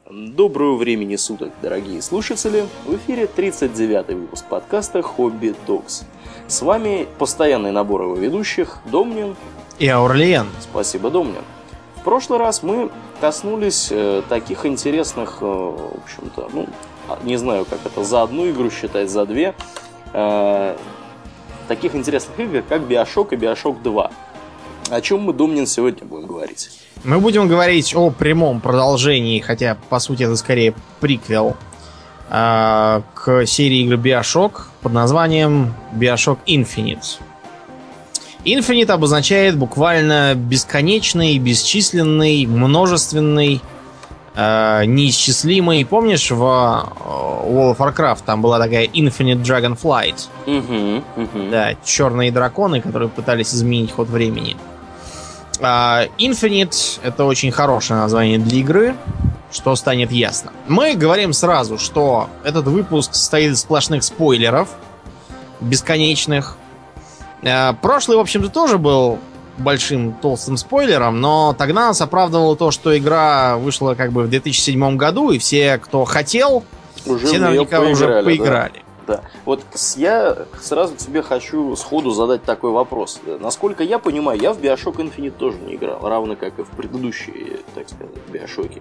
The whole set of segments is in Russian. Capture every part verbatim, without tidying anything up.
Доброго времени суток, дорогие слушатели! В эфире тридцать девятый выпуск подкаста Hobby Talks. С вами постоянный набор его ведущих Домнин и Аурлиен. Спасибо, Домнин. В прошлый раз мы коснулись э, таких интересных, э, в общем-то, ну, не знаю, как это за одну игру считать, за две, э, таких интересных игр, как Bioshock и Bioshock два. О чем мы, Домнин, сегодня будем говорить? Мы будем говорить о прямом продолжении, хотя, по сути, это скорее приквел э, к серии игр Bioshock под названием Bioshock Infinite. Infinite обозначает буквально бесконечный, бесчисленный, множественный, э, неисчислимый. Помнишь, в World of Warcraft там была такая Infinite Dragonflight? Угу, угу. Да, черные драконы, которые пытались изменить ход времени. Uh, Infinite — это очень хорошее название для игры, что станет ясно. Мы говорим сразу, что этот выпуск состоит из сплошных спойлеров, бесконечных. Uh, прошлый, в общем-то, тоже был большим толстым спойлером, но тогда нас оправдывало то, что игра вышла как бы в две тысячи седьмом году, и все, кто хотел, уже все наверняка уже поиграли. Да. Да. Вот я сразу тебе хочу сходу задать такой вопрос. Насколько я понимаю, я в Bioshock Infinite тоже не играл, равно как и в предыдущие, так сказать, Bioshock'и.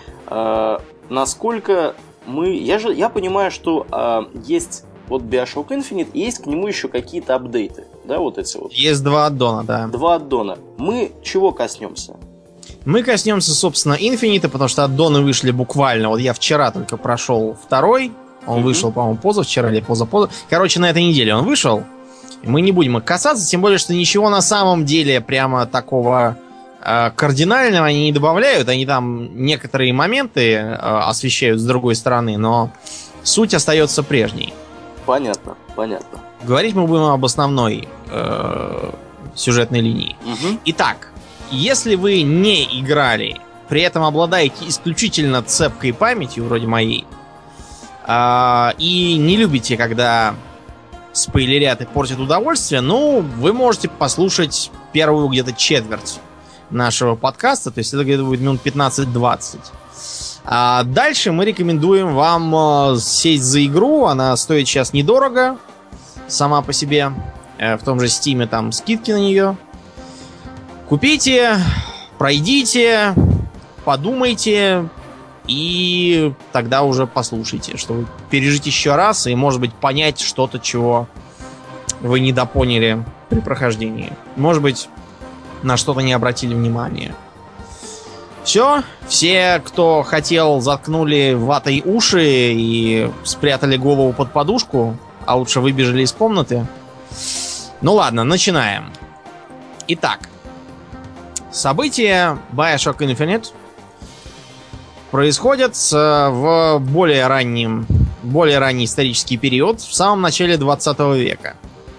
А, насколько мы... Я же я понимаю, что а, есть вот Bioshock Infinite, и есть к нему еще какие-то апдейты. Да, вот эти вот. Есть два аддона, да. Два аддона. Мы чего коснемся? Мы коснемся, собственно, Infinite, потому что аддоны вышли буквально. Вот я вчера только прошел второй. Он mm-hmm. вышел, по-моему, позавчера или позапоза. Короче, на этой неделе он вышел. Мы не будем их касаться, тем более, что ничего на самом деле прямо такого э, кардинального они не добавляют. Они там некоторые моменты э, освещают с другой стороны, но суть остается прежней. Понятно, понятно. Говорить мы будем об основной э, сюжетной линии. Mm-hmm. Итак, если вы не играли, при этом обладаете исключительно цепкой памятью, вроде моей, и не любите, когда спойлерят и портят удовольствие, ну, вы можете послушать первую где-то четверть нашего подкаста, то есть это где-то будет минут пятнадцать-двадцать. А дальше мы рекомендуем вам сесть за игру, она стоит сейчас недорого, сама по себе, в том же Steam там скидки на нее. Купите, пройдите, подумайте, и тогда уже послушайте, чтобы пережить еще раз и, может быть, понять что-то, чего вы недопоняли при прохождении. Может быть, на что-то не обратили внимания. Все. Все, кто хотел, заткнули ватой уши и спрятали голову под подушку, а лучше выбежали из комнаты. Ну ладно, начинаем. Итак, события Bioshock Infinite происходят в более раннем, более ранний исторический период, в самом начале двадцатого века.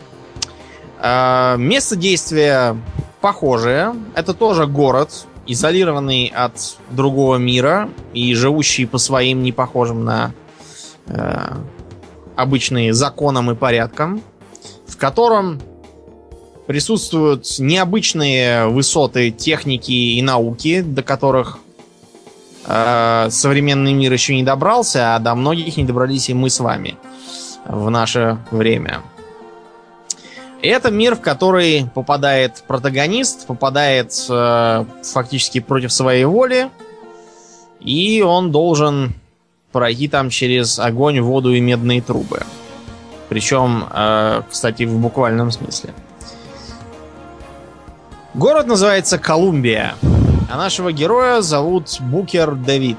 Место действия похожее. Это тоже город, изолированный от другого мира и живущий по своим непохожим на э, обычные законам и порядкам, в котором присутствуют необычные высоты техники и науки, до которых современный мир еще не добрался, а до многих не добрались и мы с вами в наше время. И это мир, в который попадает протагонист, попадает э, фактически против своей воли, и он должен пройти там через огонь, воду и медные трубы. Причем, э, кстати, в буквальном смысле. Город называется Колумбия. А нашего героя зовут Букер Дэвид.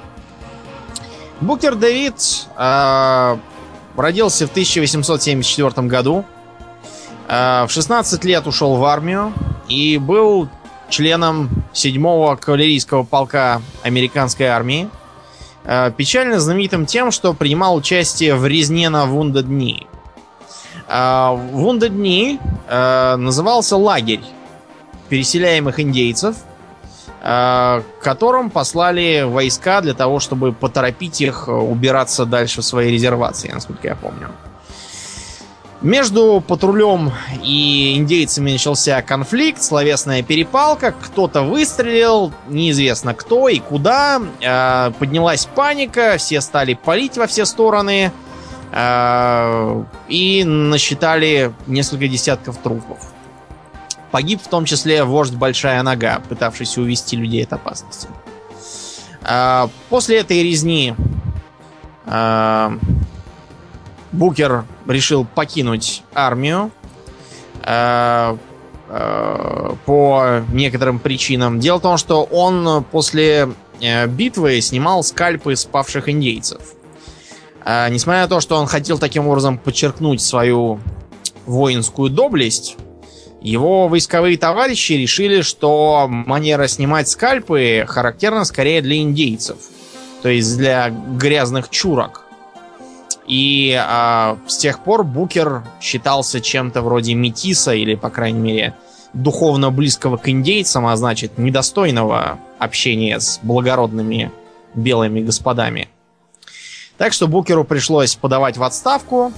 Букер Дэвид э, родился в тысяча восемьсот семьдесят четвёртом году. Э, в шестнадцать лет ушел в армию и был членом седьмого кавалерийского полка американской армии. Э, печально знаменитым тем, что принимал участие в резне на Вундо-Дни. Э, Вундо-Дни э, назывался лагерь переселяемых индейцев, к которым послали войска для того, чтобы поторопить их убираться дальше в свои резервации, насколько я помню. Между патрулем и индейцами начался конфликт, словесная перепалка. Кто-то выстрелил, неизвестно кто и куда. Э, поднялась паника, все стали палить во все стороны. Э, и насчитали несколько десятков трупов. Погиб в том числе вождь Большая Нога, пытавшийся увести людей от опасности. Э, после этой резни э, Букер решил покинуть армию э, э, по некоторым причинам. Дело в том, что он после э, битвы снимал скальпы спавших индейцев. Э, несмотря на то, что он хотел таким образом подчеркнуть свою воинскую доблесть, его войсковые товарищи решили, что манера снимать скальпы характерна скорее для индейцев, то есть для грязных чурок. И а, с тех пор Букер считался чем-то вроде метиса, или, по крайней мере, духовно близкого к индейцам, а значит, недостойного общения с благородными белыми господами. Так что Букеру пришлось подавать в отставку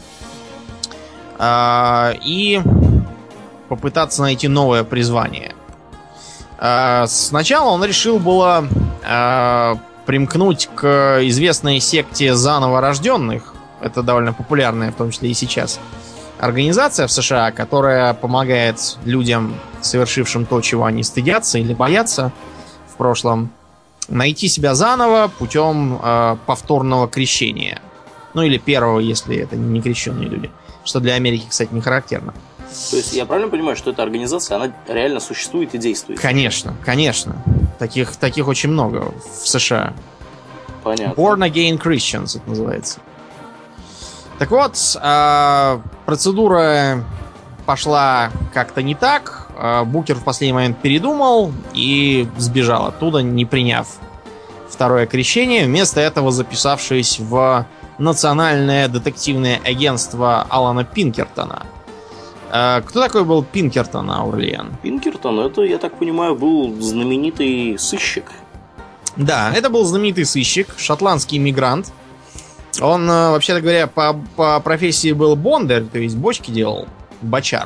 а, и попытаться найти новое призвание. А, сначала он решил было а, примкнуть к известной секте заново рожденных. Это довольно популярная, в том числе и сейчас, организация в США, которая помогает людям, совершившим то, чего они стыдятся или боятся в прошлом, найти себя заново путем э, повторного крещения. Ну или первого, если это не крещенные люди. Что для Америки, кстати, не характерно. То есть я правильно понимаю, что эта организация, она реально существует и действует? Конечно, конечно. Таких, таких очень много в США. Понятно. Born Again Christians это называется. Так вот, э, процедура пошла как-то не так. Э, Букер в последний момент передумал и сбежал оттуда, не приняв второе крещение, вместо этого записавшись в Национальное детективное агентство Алана Пинкертона. Э, кто такой был Пинкертон, Аурлиен? Пинкертон, это, я так понимаю, был знаменитый сыщик. Да, это был знаменитый сыщик, шотландский иммигрант. Он, вообще-то говоря, по, по профессии был бондарь, то есть бочки делал, бочар.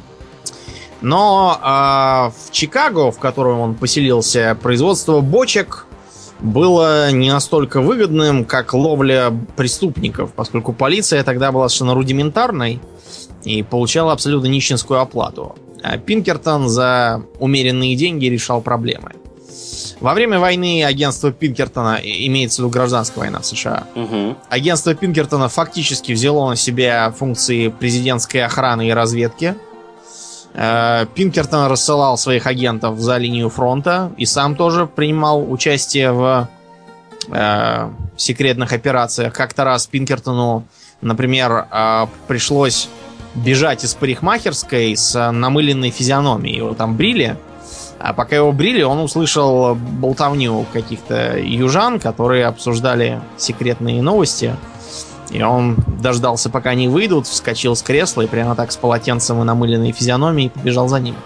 Но э, в Чикаго, в котором он поселился, производство бочек было не настолько выгодным, как ловля преступников, поскольку полиция тогда была совершенно рудиментарной и получала абсолютно нищенскую оплату. А Пинкертон за умеренные деньги решал проблемы. Во время войны агентство Пинкертона, имеется в виду гражданская война в США, угу. агентство Пинкертона фактически взяло на себя функции президентской охраны и разведки. Пинкертон рассылал своих агентов за линию фронта и сам тоже принимал участие в э, секретных операциях. Как-то раз Пинкертону, например, э, пришлось бежать из парикмахерской с намыленной физиономией. Его там брили. А пока его брили, он услышал болтовню каких-то южан, которые обсуждали секретные новости. И он дождался, пока они выйдут, вскочил с кресла и прямо так с полотенцем и намыленной физиономией побежал за ним.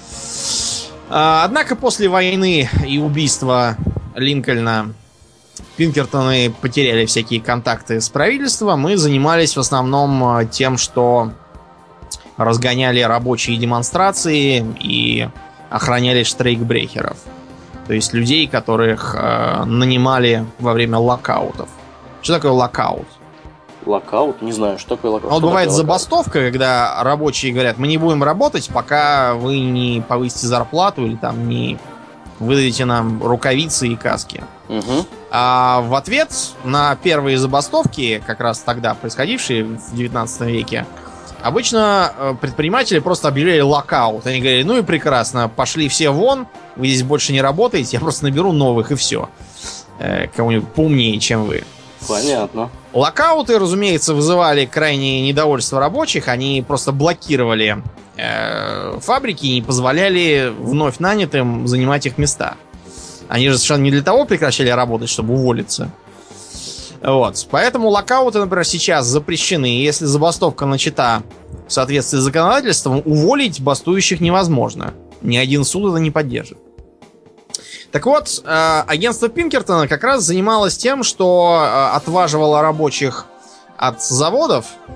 Однако после войны и убийства Линкольна Пинкертоны потеряли всякие контакты с правительством и занимались в основном тем, что разгоняли рабочие демонстрации и охраняли штрейкбрехеров. То есть людей, которых э, нанимали во время локаутов. Что такое локаут? Локаут? Не знаю, что такое локаут. Вот бывает забастовка, когда рабочие говорят, мы не будем работать, пока вы не повысите зарплату или там не выдадите нам рукавицы и каски. Угу. А в ответ на первые забастовки, как раз тогда происходившие в девятнадцатом веке, обычно предприниматели просто объявляли локаут. Они говорили, ну и прекрасно, пошли все вон, вы здесь больше не работаете, я просто наберу новых и все. Э, кого-нибудь поумнее, чем вы. Понятно. Локауты, разумеется, вызывали крайнее недовольство рабочих. Они просто блокировали э, фабрики и не позволяли вновь нанятым занимать их места. Они же совершенно не для того прекращали работать, чтобы уволиться. Вот. Поэтому локауты, например, сейчас запрещены. Если забастовка начата в соответствии с законодательством, уволить бастующих невозможно. Ни один суд это не поддержит. Так вот, агентство Пинкертона как раз занималось тем, что отваживало рабочих от заводов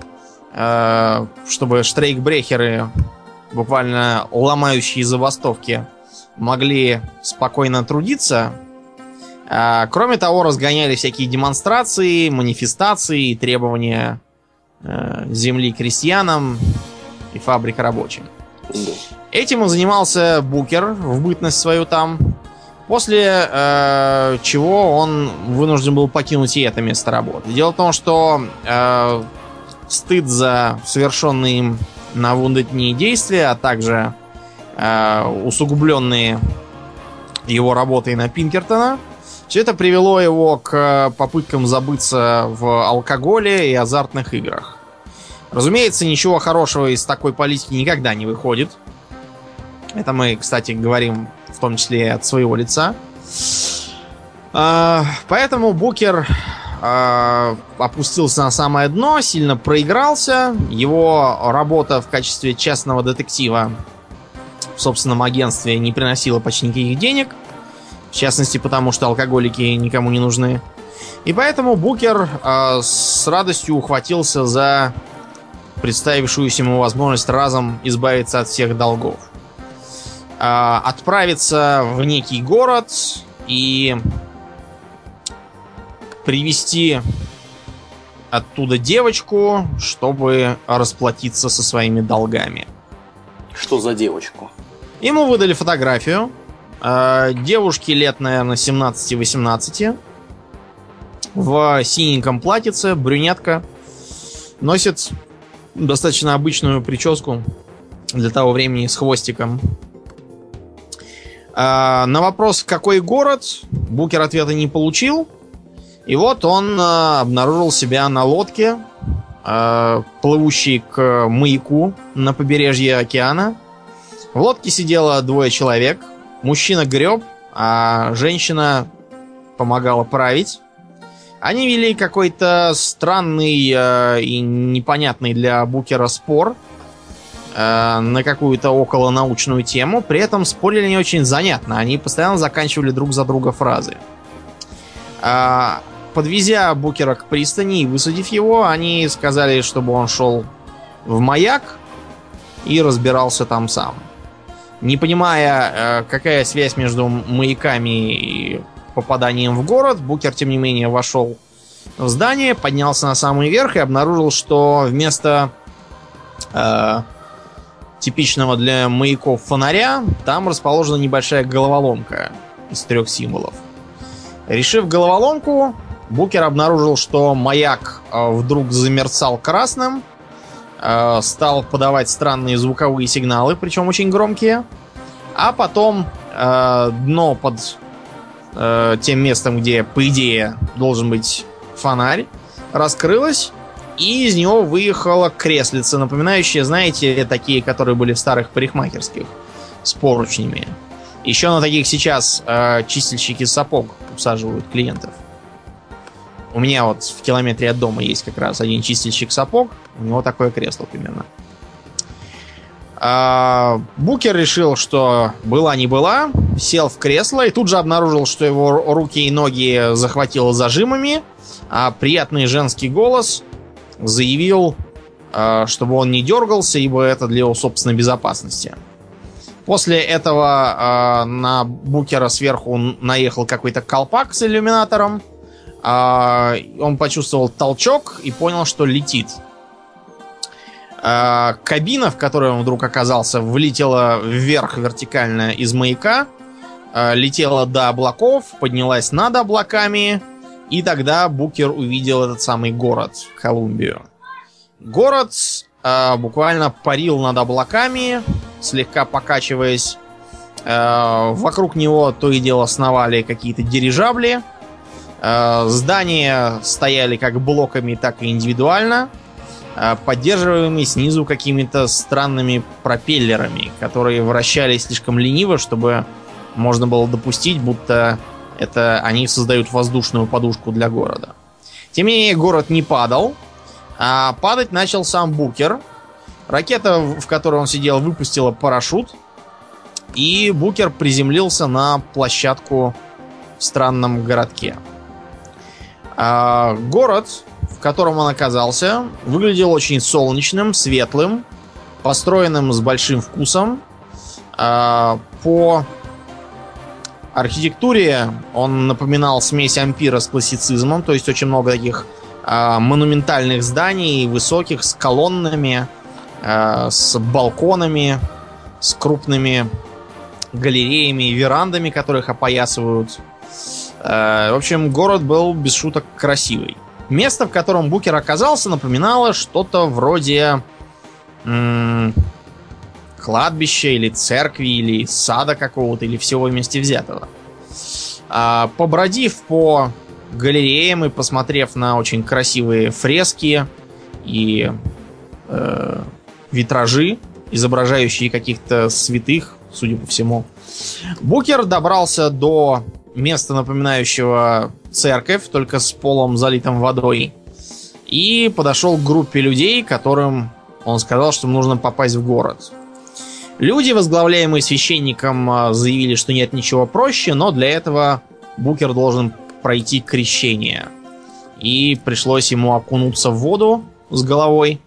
э, чтобы штрейкбрехеры, буквально ломающие забастовки, могли спокойно трудиться. Э, кроме того, разгоняли всякие демонстрации, манифестации, требования э, земли крестьянам и фабрик рабочим. Да. Этим занимался Букер в бытность свою там, после э, чего он вынужден был покинуть и это место работы. Дело в том, что э, стыд за совершенные им на Вундетне действия, а также э, усугубленные его работой на Пинкертона, все это привело его к попыткам забыться в алкоголе и азартных играх. Разумеется, ничего хорошего из такой политики никогда не выходит. Это мы, кстати, говорим в том числе и от своего лица. Поэтому Букер опустился на самое дно, сильно проигрался. Его работа в качестве частного детектива в собственном агентстве не приносила почти никаких денег. В частности, потому что алкоголики никому не нужны. И поэтому Букер с радостью ухватился за представившуюся ему возможность разом избавиться от всех долгов. Отправиться в некий город и привезти оттуда девочку, чтобы расплатиться со своими долгами. Что за девочку? Ему выдали фотографию. Девушке лет, наверное, семнадцать-восемнадцать. В синеньком платьице, брюнетка. Носит достаточно обычную прическу для того времени с хвостиком. На вопрос, в какой город, Букер ответа не получил. И вот он обнаружил себя на лодке, плывущей к маяку на побережье океана. В лодке сидело двое человек. Мужчина греб, а женщина помогала править. Они вели какой-то странный и непонятный для Букера спор на какую-то околонаучную тему. При этом спорили не очень занятно. Они постоянно заканчивали друг за друга фразы. Подвезя Букера к пристани и высадив его, они сказали, чтобы он шел в маяк и разбирался там сам. Не понимая, какая связь между маяками и попаданием в город, Букер, тем не менее, вошел в здание, поднялся на самый верх и обнаружил, что вместо э, типичного для маяков фонаря там расположена небольшая головоломка из трех символов. Решив головоломку, Букер обнаружил, что маяк э, вдруг замерцал красным, э, стал подавать странные звуковые сигналы, причем очень громкие, а потом э, дно под э, тем местом, где, по идее, должен быть фонарь, раскрылось, и из него выехала креслица, напоминающая, знаете, такие, которые были в старых парикмахерских, с поручнями. Еще на таких сейчас э, чистильщики сапог усаживают клиентов. У меня вот в километре от дома есть как раз один чистильщик сапог. У него такое кресло примерно. А, Букер решил, что была не была, сел в кресло и тут же обнаружил, что его руки и ноги захватило зажимами, а приятный женский голос заявил, а, чтобы он не дергался, ибо это для его собственной безопасности. После этого э, на Букера сверху наехал какой-то колпак с иллюминатором. Э, он почувствовал толчок и понял, что летит. Э, кабина, в которой он вдруг оказался, вылетела вверх вертикально из маяка, э, летела до облаков, поднялась над облаками, и тогда Букер увидел этот самый город, Колумбию. Город э, буквально парил над облаками, слегка покачиваясь. Э, вокруг него то и дело сновали какие-то дирижабли. Э, здания стояли как блоками, так и индивидуально, э, поддерживаемые снизу какими-то странными пропеллерами, которые вращались слишком лениво, чтобы можно было допустить, будто это они создают воздушную подушку для города. Тем не менее, город не падал, а падать начал сам Букер. Ракета, в которой он сидел, выпустила парашют, и Букер приземлился на площадку в странном городке. А город, в в котором он оказался, выглядел очень солнечным, светлым, построенным с большим вкусом. По архитектуре он напоминал смесь ампира с классицизмом, то есть очень много таких монументальных зданий, высоких, с колоннами, с балконами, с крупными галереями и верандами, которых опоясывают. В общем, город был без шуток красивый. Место, в котором Букер оказался, напоминало что-то вроде м- кладбища или церкви, или сада какого-то, или всего вместе взятого. А, побродив по галереям и посмотрев на очень красивые фрески и э, витражи, изображающие каких-то святых, судя по всему, Букер добрался до места, напоминающего церковь, только с полом, залитым водой, и подошел к группе людей, которым он сказал, что им нужно попасть в город. Люди, возглавляемые священником, заявили, что нет ничего проще, но для этого Букер должен пройти крещение. И пришлось ему окунуться в воду с головой,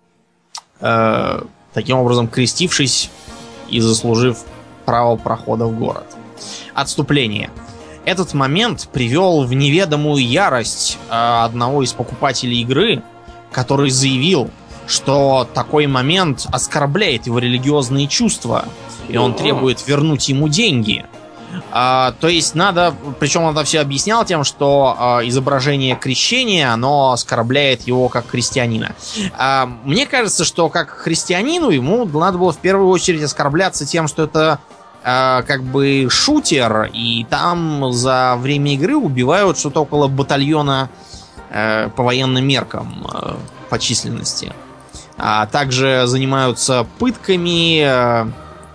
э, таким образом крестившись и заслужив право прохода в город. Отступление. Этот момент привел в неведомую ярость э, одного из покупателей игры, который заявил, что такой момент оскорбляет его религиозные чувства, и он требует вернуть ему деньги. А, то есть надо, причем он это все объяснял тем, что а, изображение крещения, оно оскорбляет его как христианина. А, мне кажется, что как христианину ему надо было в первую очередь оскорбляться тем, что это а, как бы шутер, и там за время игры убивают что-то около батальона а, по военным меркам а, по численности. А также занимаются пытками, а,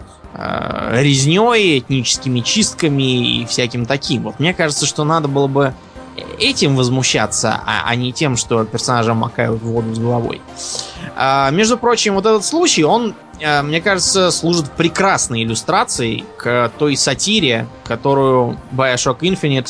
резней, этническими чистками и всяким таким. Вот мне кажется, что надо было бы этим возмущаться, а, а не тем, что персонажа макают в воду с головой. А, между прочим, вот этот случай, он, а, мне кажется, служит прекрасной иллюстрацией к той сатире, которую Bioshock Infinite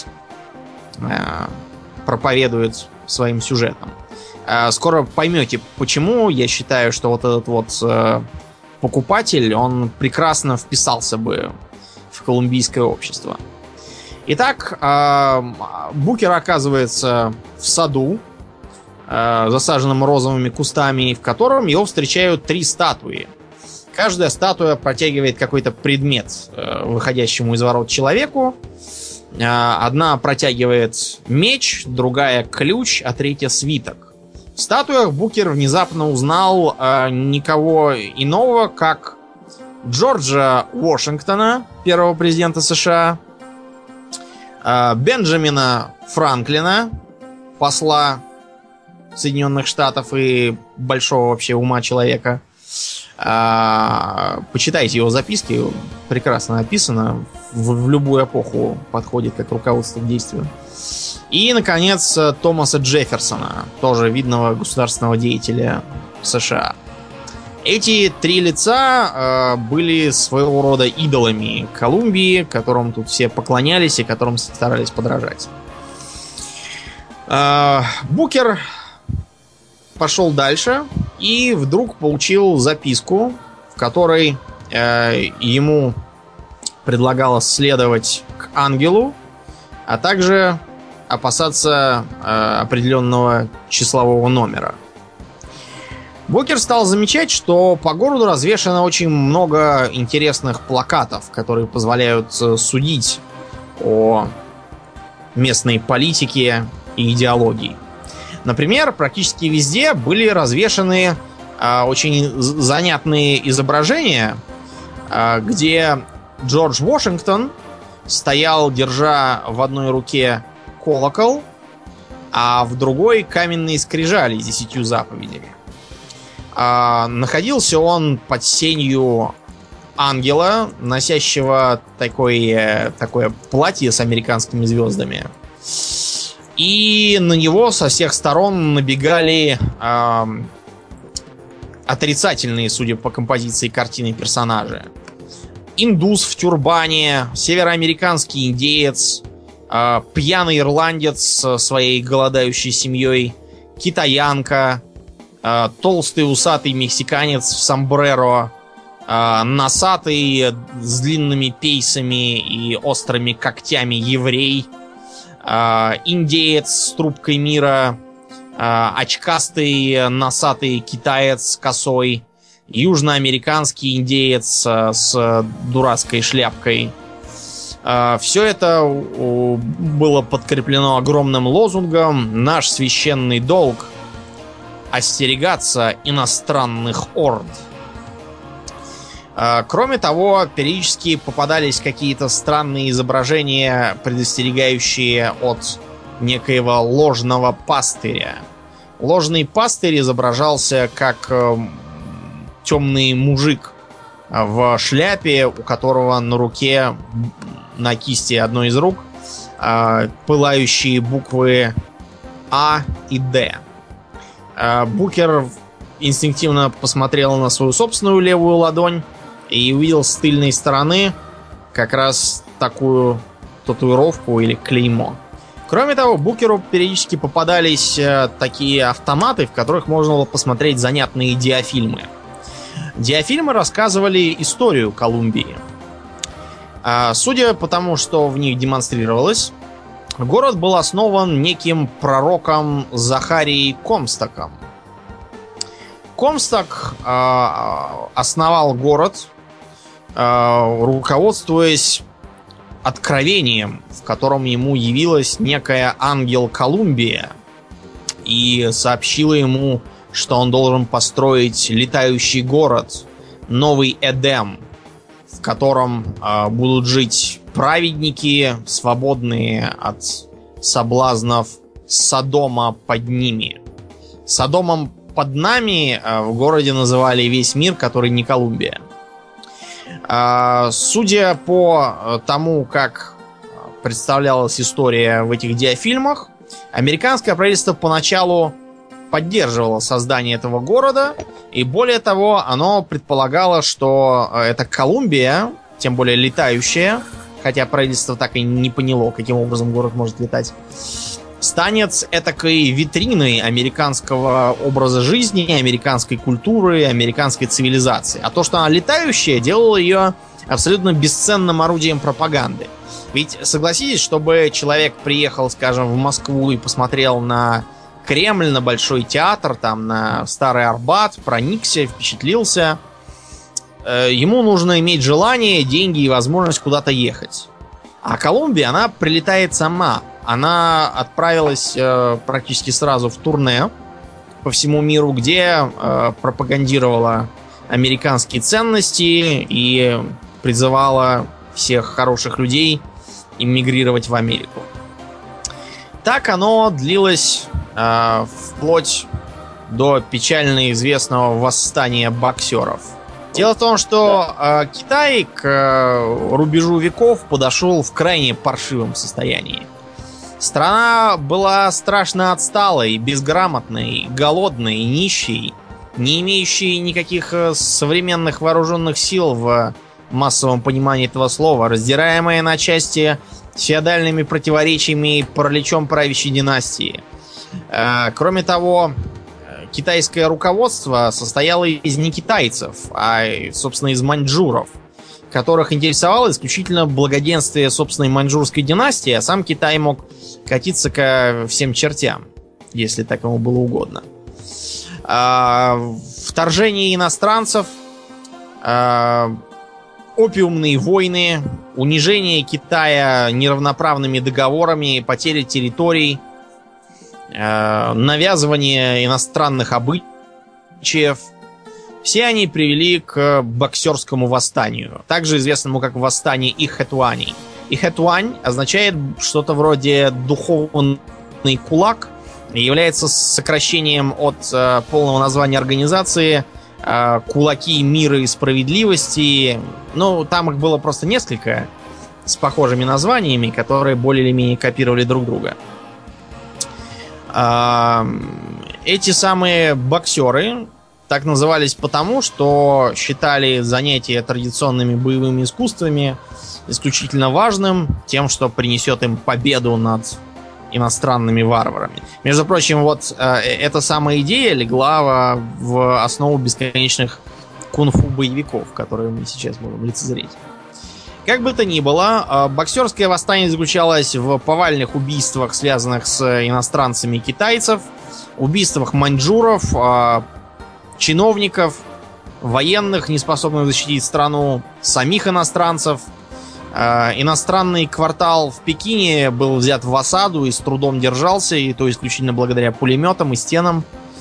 а, проповедует своим сюжетом. А, скоро поймете, почему я считаю, что вот этот вот а, покупатель, он прекрасно вписался бы в колумбийское общество. Итак, Букер оказывается в саду, засаженном розовыми кустами, в котором его встречают три статуи. Каждая статуя протягивает какой-то предмет выходящему из ворот человеку. Одна протягивает меч, другая ключ, а третья свиток. В статуях Букер внезапно узнал э, никого иного, как Джорджа Вашингтона, первого президента США, э, Бенджамина Франклина, посла Соединенных Штатов и большого вообще ума человека. Э, почитайте его записки, прекрасно написано, в, в любую эпоху подходит как руководство к действию. И, наконец, Томаса Джефферсона, тоже видного государственного деятеля США. Эти три лица э, были своего рода идолами Колумбии, которым тут все поклонялись и которым старались подражать. Э, Букер пошел дальше и вдруг получил записку, в которой э, ему предлагалось следовать к ангелу, а также опасаться э, определенного числового номера. Букер стал замечать, что по городу развешано очень много интересных плакатов, которые позволяют судить о местной политике и идеологии. Например, практически везде были развешаны э, очень занятные изображения, э, где Джордж Вашингтон стоял, держа в одной руке колокол, а в другой каменные скрижали с десятью заповедями. А, находился он под сенью ангела, носящего такое, такое платье с американскими звездами. И на него со всех сторон набегали а, отрицательные, судя по композиции картины, персонажи. Индус в тюрбане, североамериканский индеец, пьяный ирландец со своей голодающей семьей китаянка, э, толстый усатый мексиканец в сомбреро, э, носатый с длинными пейсами и острыми когтями еврей, э, индеец с трубкой мира, э, очкастый носатый китаец с косой, южноамериканский индеец э, с дурацкой шляпкой. Все это было подкреплено огромным лозунгом «Наш священный долг – остерегаться иностранных орд». Кроме того, периодически попадались какие-то странные изображения, предостерегающие от некоего ложного пастыря. Ложный пастырь изображался как темный мужик в шляпе, у которого на руке, на кисти одной из рук, пылающие буквы А и Д. Букер инстинктивно посмотрел на свою собственную левую ладонь и увидел с тыльной стороны как раз такую татуировку или клеймо. Кроме того, Букеру периодически попадались такие автоматы, в которых можно было посмотреть занятные диафильмы. Диафильмы рассказывали историю Колумбии. Судя по тому, что в них демонстрировалось, город был основан неким пророком Захарией Комстоком. Комсток основал город, руководствуясь откровением, в котором ему явилась некая ангел Колумбия и сообщила ему, что он должен построить летающий город, новый Эдем, в котором э, будут жить праведники, свободные от соблазнов Содома под ними. Содомом под нами э, в городе называли весь мир, который не Колумбия. Э, судя по тому, как представлялась история в этих диафильмах, американское правительство поначалу поддерживало создание этого города, и более того, оно предполагало, что эта Колумбия, тем более летающая, хотя правительство так и не поняло, каким образом город может летать, станет этакой витриной американского образа жизни, американской культуры, американской цивилизации. А то, что она летающая, делало ее абсолютно бесценным орудием пропаганды. Ведь согласитесь, чтобы человек приехал, скажем, в Москву и посмотрел на Кремль, на Большой театр, там, на Старый Арбат, проникся, впечатлился. Э, ему нужно иметь желание, деньги и возможность куда-то ехать. А Колумбия, она прилетает сама. Она отправилась э, практически сразу в турне по всему миру, где э, пропагандировала американские ценности и призывала всех хороших людей эмигрировать в Америку. Так оно длилось э, вплоть до печально известного восстания боксеров. Дело в том, что э, Китай к э, рубежу веков подошел в крайне паршивом состоянии. Страна была страшно отсталой, безграмотной, голодной, нищей, не имеющей никаких современных вооруженных сил в массовом понимании этого слова, раздираемая на части феодальными противоречиями и параличом правящей династии. Э, кроме того, китайское руководство состояло из не китайцев, а, собственно, из маньчжуров, которых интересовало исключительно благоденствие собственной маньчжурской династии, а сам Китай мог катиться ко всем чертям, если так ему было угодно. А, вторжение иностранцев, а, опиумные войны, унижение Китая неравноправными договорами, потеря территорий, а, навязывание иностранных обычаев, все они привели к боксерскому восстанию, также известному как восстание Ихэтуаней. Ихэтуань означает что-то вроде духовный кулак и является сокращением от э, полного названия организации э, «Кулаки мира и справедливости». Ну, там их было просто несколько с похожими названиями, которые более или менее копировали друг друга. Э, эти самые боксеры так назывались потому, что считали занятия традиционными боевыми искусствами исключительно важным, тем, что принесет им победу над иностранными варварами. Между прочим, вот э, эта самая идея легла в основу бесконечных кунг-фу боевиков, которые мы сейчас можем лицезреть. Как бы то ни было, боксерское восстание заключалось в повальных убийствах, связанных с иностранцами китайцев, убийствах маньчжуров, чиновников, военных, неспособных защитить страну, самих иностранцев. Иностранный квартал в Пекине был взят в осаду и с трудом держался, и то исключительно благодаря пулеметам и стенам.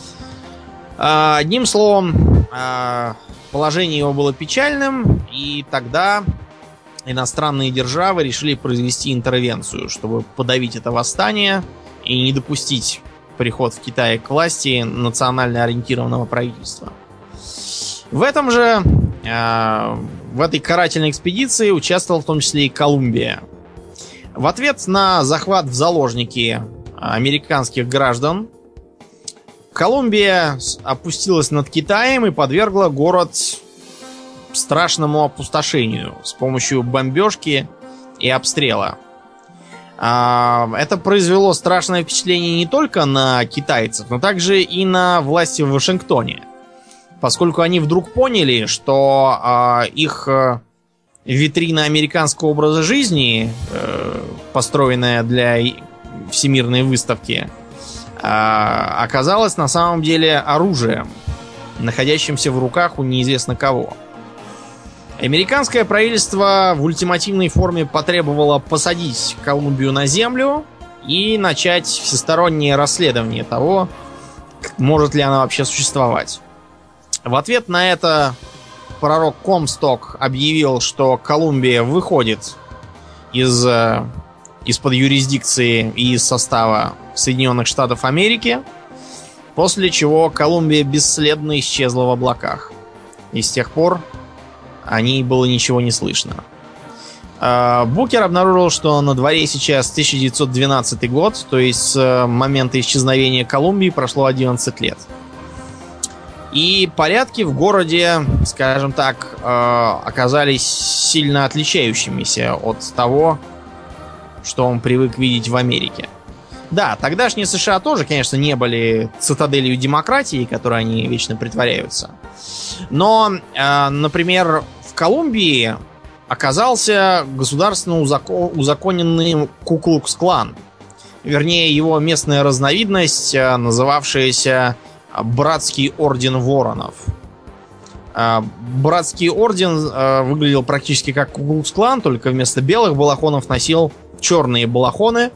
Одним словом, положение его было печальным, и тогда иностранные державы решили произвести интервенцию, чтобы подавить это восстание и не допустить приход в Китае к власти национально ориентированного правительства. В этом же, э, в этой карательной экспедиции участвовала в том числе и Колумбия. В ответ на захват в заложники американских граждан, Колумбия опустилась над Китаем и подвергла город страшному опустошению с помощью бомбежки и обстрела. Это произвело страшное впечатление не только на китайцев, но также и на власти в Вашингтоне, поскольку они вдруг поняли, что их витрина американского образа жизни, построенная для всемирной выставки, оказалась на самом деле оружием, находящимся в руках у неизвестно кого. Американское правительство в ультимативной форме потребовало посадить Колумбию на землю и начать всестороннее расследование того, может ли она вообще существовать. В ответ на это пророк Комсток объявил, что Колумбия выходит из, из-под юрисдикции и из состава Соединенных Штатов Америки, после чего Колумбия бесследно исчезла в облаках. И с тех пор о ней было ничего не слышно. Букер обнаружил, что на дворе сейчас тысяча девятьсот двенадцатый год, то есть с момента исчезновения Колумбии прошло одиннадцать лет. И порядки в городе, скажем так, оказались сильно отличающимися от того, что он привык видеть в Америке. Да, тогдашние США тоже, конечно, не были цитаделью демократии, которой они вечно притворяются. Но, например, в Колумбии оказался государственно узаконенный Ку-Клукс-клан. Вернее, его местная разновидность, называвшаяся Братский орден воронов. Братский орден выглядел практически как Ку-Клукс-клан, только вместо белых балахонов носил черные балахоны.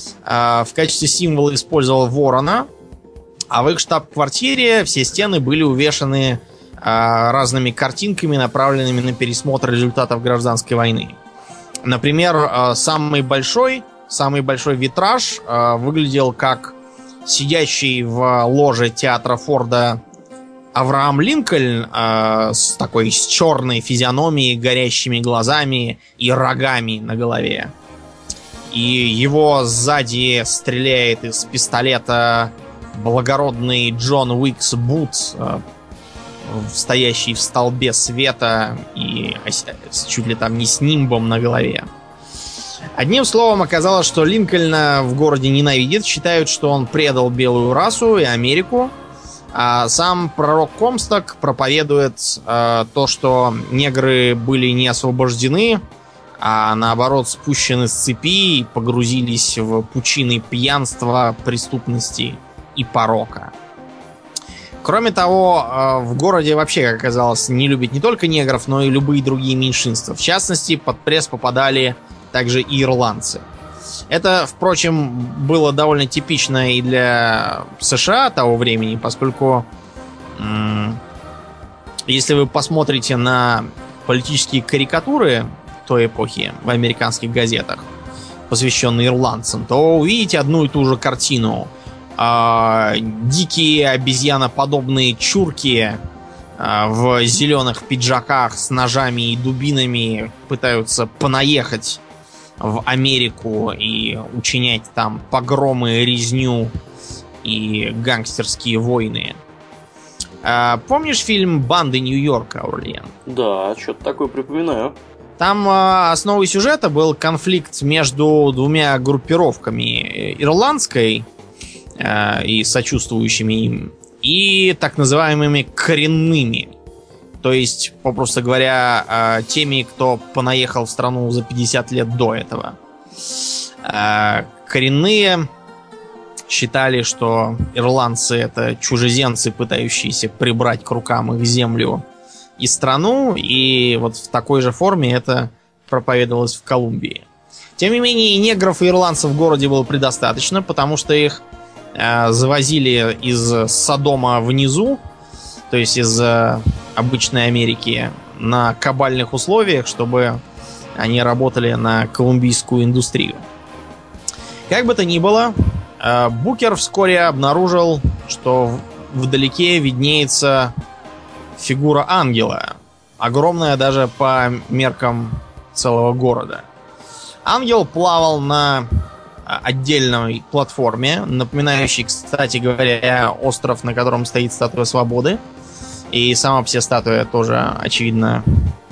В качестве символа использовал ворона, а в их штаб-квартире все стены были увешаны разными картинками, направленными на пересмотр результатов гражданской войны. Например, самый большой, самый большой витраж выглядел как сидящий в ложе театра Форда Авраам Линкольн с такой с черной физиономией, горящими глазами и рогами на голове. И его сзади стреляет из пистолета благородный Джон Уикс Бут, стоящий в столбе света и чуть ли там не с нимбом на голове. Одним словом, оказалось, что Линкольна в городе ненавидят, считают, что он предал белую расу и Америку. А сам пророк Комсток проповедует э, то, что негры были не освобождены, а наоборот спущены с цепи и погрузились в пучины пьянства, преступности и порока. Кроме того, в городе вообще, как оказалось, не любят не только негров, но и любые другие меньшинства. В частности, под пресс попадали также и ирландцы. Это, впрочем, было довольно типично и для США того времени, поскольку м- если вы посмотрите на политические карикатуры той эпохи в американских газетах, посвященные ирландцам, то увидите одну и ту же картину. А, дикие обезьяноподобные чурки а, в зеленых пиджаках с ножами и дубинами пытаются понаехать в Америку и учинять там погромы, резню и гангстерские войны. А, помнишь фильм «Банды Нью-Йорка», Аурлиен? Да, что-то такое припоминаю. Там э, основой сюжета был конфликт между двумя группировками: ирландской э, и сочувствующими им, и так называемыми коренными. То есть, попросту говоря, э, теми, кто понаехал в страну за пятьдесят лет до этого. Э, коренные считали, что ирландцы — это чужеземцы, пытающиеся прибрать к рукам их землю и страну, и вот в такой же форме это проповедовалось в Колумбии. Тем не менее, и негров, и ирландцев в городе было предостаточно, потому что их э, завозили из Содома внизу, то есть из э, обычной Америки, на кабальных условиях, чтобы они работали на колумбийскую индустрию. Как бы то ни было, э, Букер вскоре обнаружил, что вдалеке виднеется фигура ангела, огромная даже по меркам целого города. Ангел плавал на отдельной платформе, напоминающей, кстати говоря, остров, на котором стоит статуя свободы. И сама вся статуя тоже, очевидно,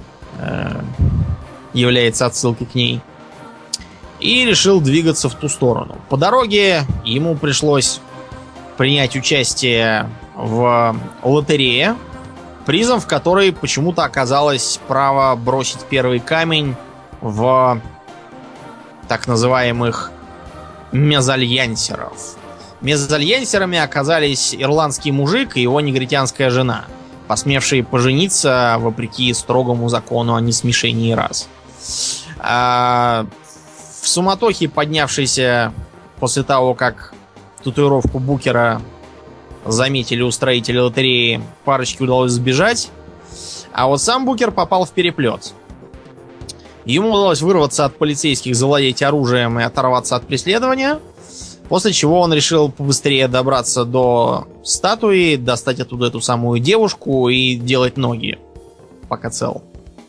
является отсылкой к ней. И решил двигаться в ту сторону. По дороге ему пришлось принять участие в лотерее, призом в которой почему-то оказалось право бросить первый камень в так называемых мезальянсеров. Мезальянсерами оказались ирландский мужик и его негритянская жена, посмевшие пожениться вопреки строгому закону о несмешении рас. А в суматохе, поднявшейся после того, как татуировку Букера заметили устроители лотереи, парочке удалось сбежать, а вот сам Букер попал в переплет. Ему удалось вырваться от полицейских, завладеть оружием и оторваться от преследования, после чего он решил побыстрее добраться до статуи, достать оттуда эту самую девушку и делать ноги, пока цел.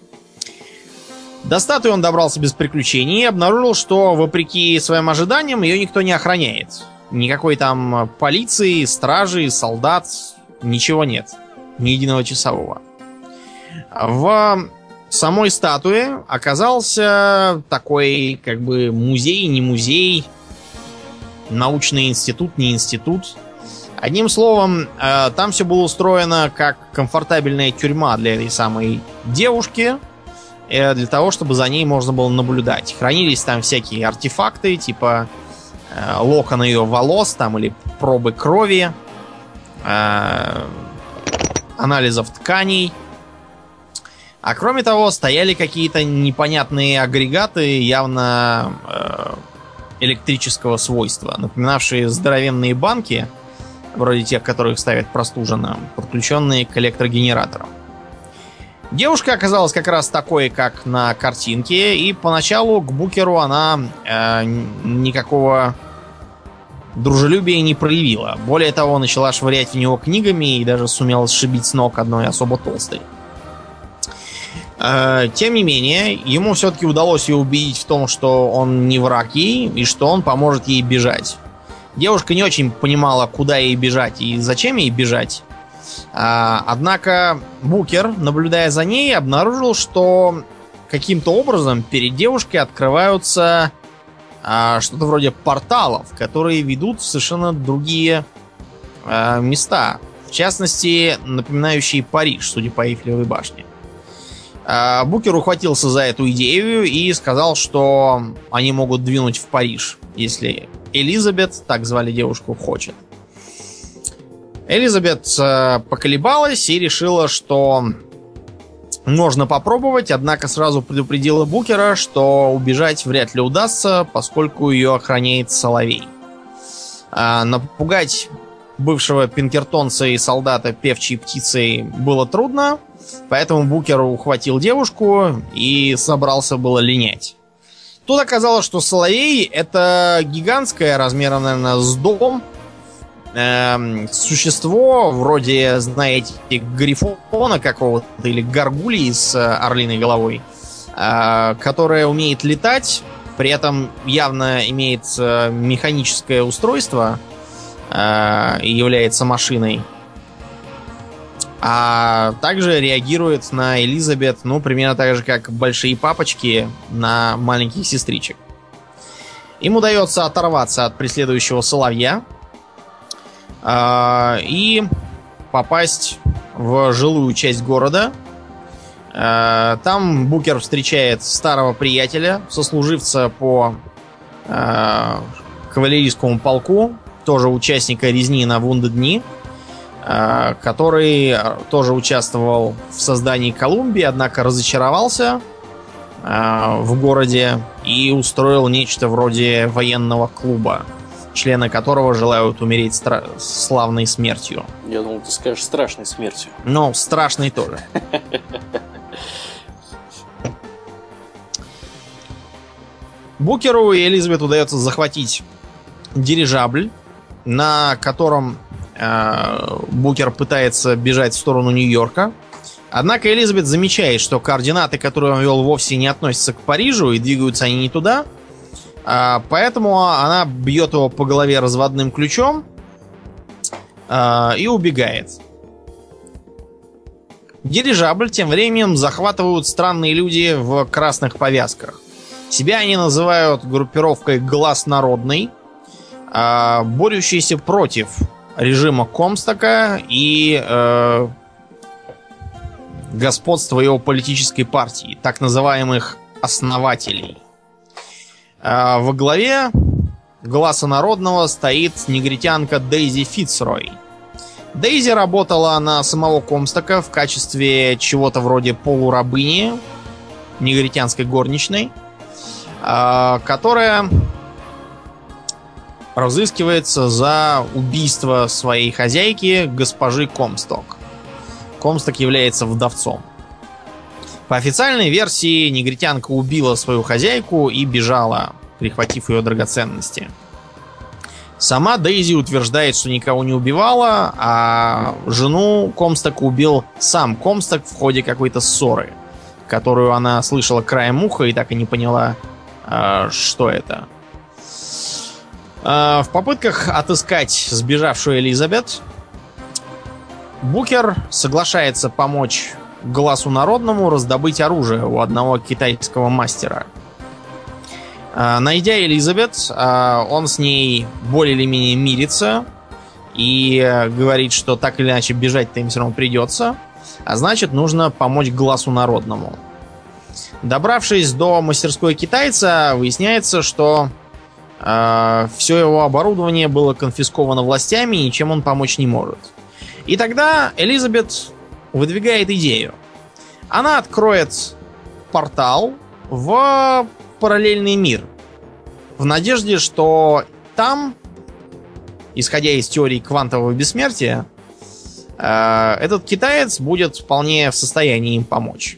До статуи он добрался без приключений и обнаружил, что, вопреки своим ожиданиям, ее никто не охраняет. Никакой там полиции, стражи, солдат, ничего нет. Ни единого часового. В самой статуе оказался такой, как бы, музей, не музей, научный институт, не институт. Одним словом, там все было устроено как комфортабельная тюрьма для этой самой девушки, для того, чтобы за ней можно было наблюдать. Хранились там всякие артефакты, типа локон ее волос там, или пробы крови, э, анализов тканей. А кроме того, стояли какие-то непонятные агрегаты, явно э, электрического свойства, напоминавшие здоровенные банки, вроде тех, которых ставят простуженным, подключенные к электрогенераторам. Девушка оказалась как раз такой, как на картинке, и поначалу к Букеру она э, никакого дружелюбия не проявила. Более того, начала швырять в него книгами и даже сумела сшибить с ног одной особо толстой. Э, тем не менее, ему все-таки удалось ее убедить в том, что он не враг ей и что он поможет ей бежать. Девушка не очень понимала, куда ей бежать и зачем ей бежать. Однако Букер, наблюдая за ней, обнаружил, что каким-то образом перед девушкой открываются а, что-то вроде порталов, которые ведут в совершенно другие а, места. В частности, напоминающие Париж, судя по Эйфелевой башне. А, Букер ухватился за эту идею и сказал, что они могут двинуть в Париж, если Элизабет, так звали девушку, хочет. Элизабет э, поколебалась и решила, что можно попробовать, однако сразу предупредила Букера, что убежать вряд ли удастся, поскольку ее охраняет Соловей. Э, напугать бывшего пинкертонца и солдата певчей птицей было трудно, поэтому Букер ухватил девушку и собрался было линять. Тут оказалось, что Соловей — это гигантское, размером, наверное, с дом, существо вроде, знаете, грифона какого-то или горгулии с орлиной головой, которое умеет летать, при этом явно имеет механическое устройство и является машиной. А также реагирует на Элизабет, ну, примерно так же, как большие папочки на маленьких сестричек. Им удается оторваться от преследующего соловья э, и попасть в жилую часть города. Э, там Букер встречает старого приятеля, сослуживца по э, кавалерийскому полку, тоже участника резни на Вундедни, э, который тоже участвовал в создании Колумбии, однако разочаровался в городе и устроил нечто вроде военного клуба, члены которого желают умереть стра- славной смертью. Я думал, ты скажешь страшной смертью. Ну, страшной тоже. Букеру и Элизабет удается захватить дирижабль, на котором э, Букер пытается бежать в сторону Нью-Йорка. Однако Элизабет замечает, что координаты, которые он вел, вовсе не относятся к Парижу, и двигаются они не туда. А, поэтому она бьет его по голове разводным ключом а, и убегает. Дирижабль тем временем захватывают странные люди в красных повязках. Себя они называют группировкой «Глаз народный», а, борющейся против режима Комстока и э, господства его политической партии, так называемых основателей. А во главе Гласа народного стоит негритянка Дейзи Фицрой. Дейзи работала на самого Комстока в качестве чего-то вроде полурабыни, негритянской горничной, которая разыскивается за убийство своей хозяйки, госпожи Комсток. Комсток является вдовцом. По официальной версии, негритянка убила свою хозяйку и бежала, прихватив ее драгоценности. Сама Дейзи утверждает, что никого не убивала, а жену Комстока убил сам Комсток в ходе какой-то ссоры, которую она слышала краем уха и так и не поняла, что это. В попытках отыскать сбежавшую Элизабет, Букер соглашается помочь Гласу народному раздобыть оружие у одного китайского мастера. Найдя Элизабет, он с ней более или менее мирится и говорит, что так или иначе бежать-то им все равно придется, а значит, нужно помочь Гласу народному. Добравшись до мастерской китайца, выясняется, что э, все его оборудование было конфисковано властями, и ничем он помочь не может. И тогда Элизабет выдвигает идею. Она откроет портал в параллельный мир, в надежде, что там, исходя из теории квантового бессмертия, э, этот китаец будет вполне в состоянии им помочь.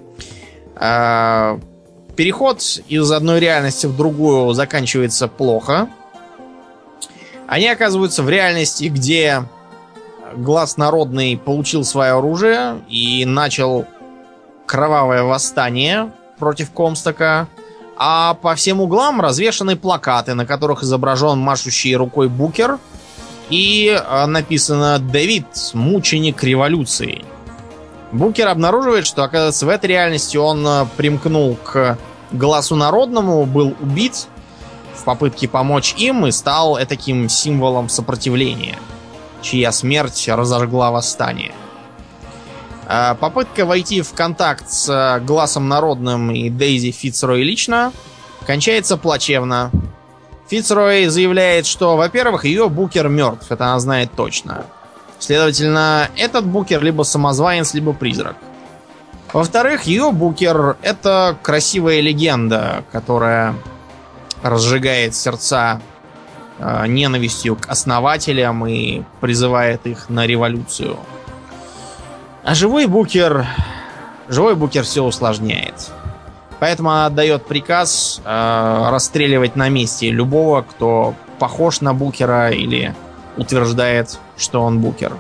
Э, переход из одной реальности в другую заканчивается плохо. Они оказываются в реальности, где Глас народный получил свое оружие и начал кровавое восстание против Комстока, а по всем углам развешаны плакаты, на которых изображен машущий рукой Букер и написано «Дэвид, мученик революции». Букер обнаруживает, что, оказывается, в этой реальности он примкнул к Гласу народному, был убит в попытке помочь им и стал этаким символом сопротивления, чья смерть разожгла восстание. Попытка войти в контакт с Гласом народным и Дейзи Фицрой лично кончается плачевно. Фицрой заявляет, что, во-первых, ее Букер мертв, это она знает точно. Следовательно, этот Букер либо самозванец, либо призрак. Во-вторых, ее Букер — это красивая легенда, которая разжигает сердца э, ненавистью к основателям и призывает их на революцию. А живой Букер... Живой Букер все усложняет. Поэтому она отдает приказ э, расстреливать на месте любого, кто похож на Букера или утверждает, что он Букер.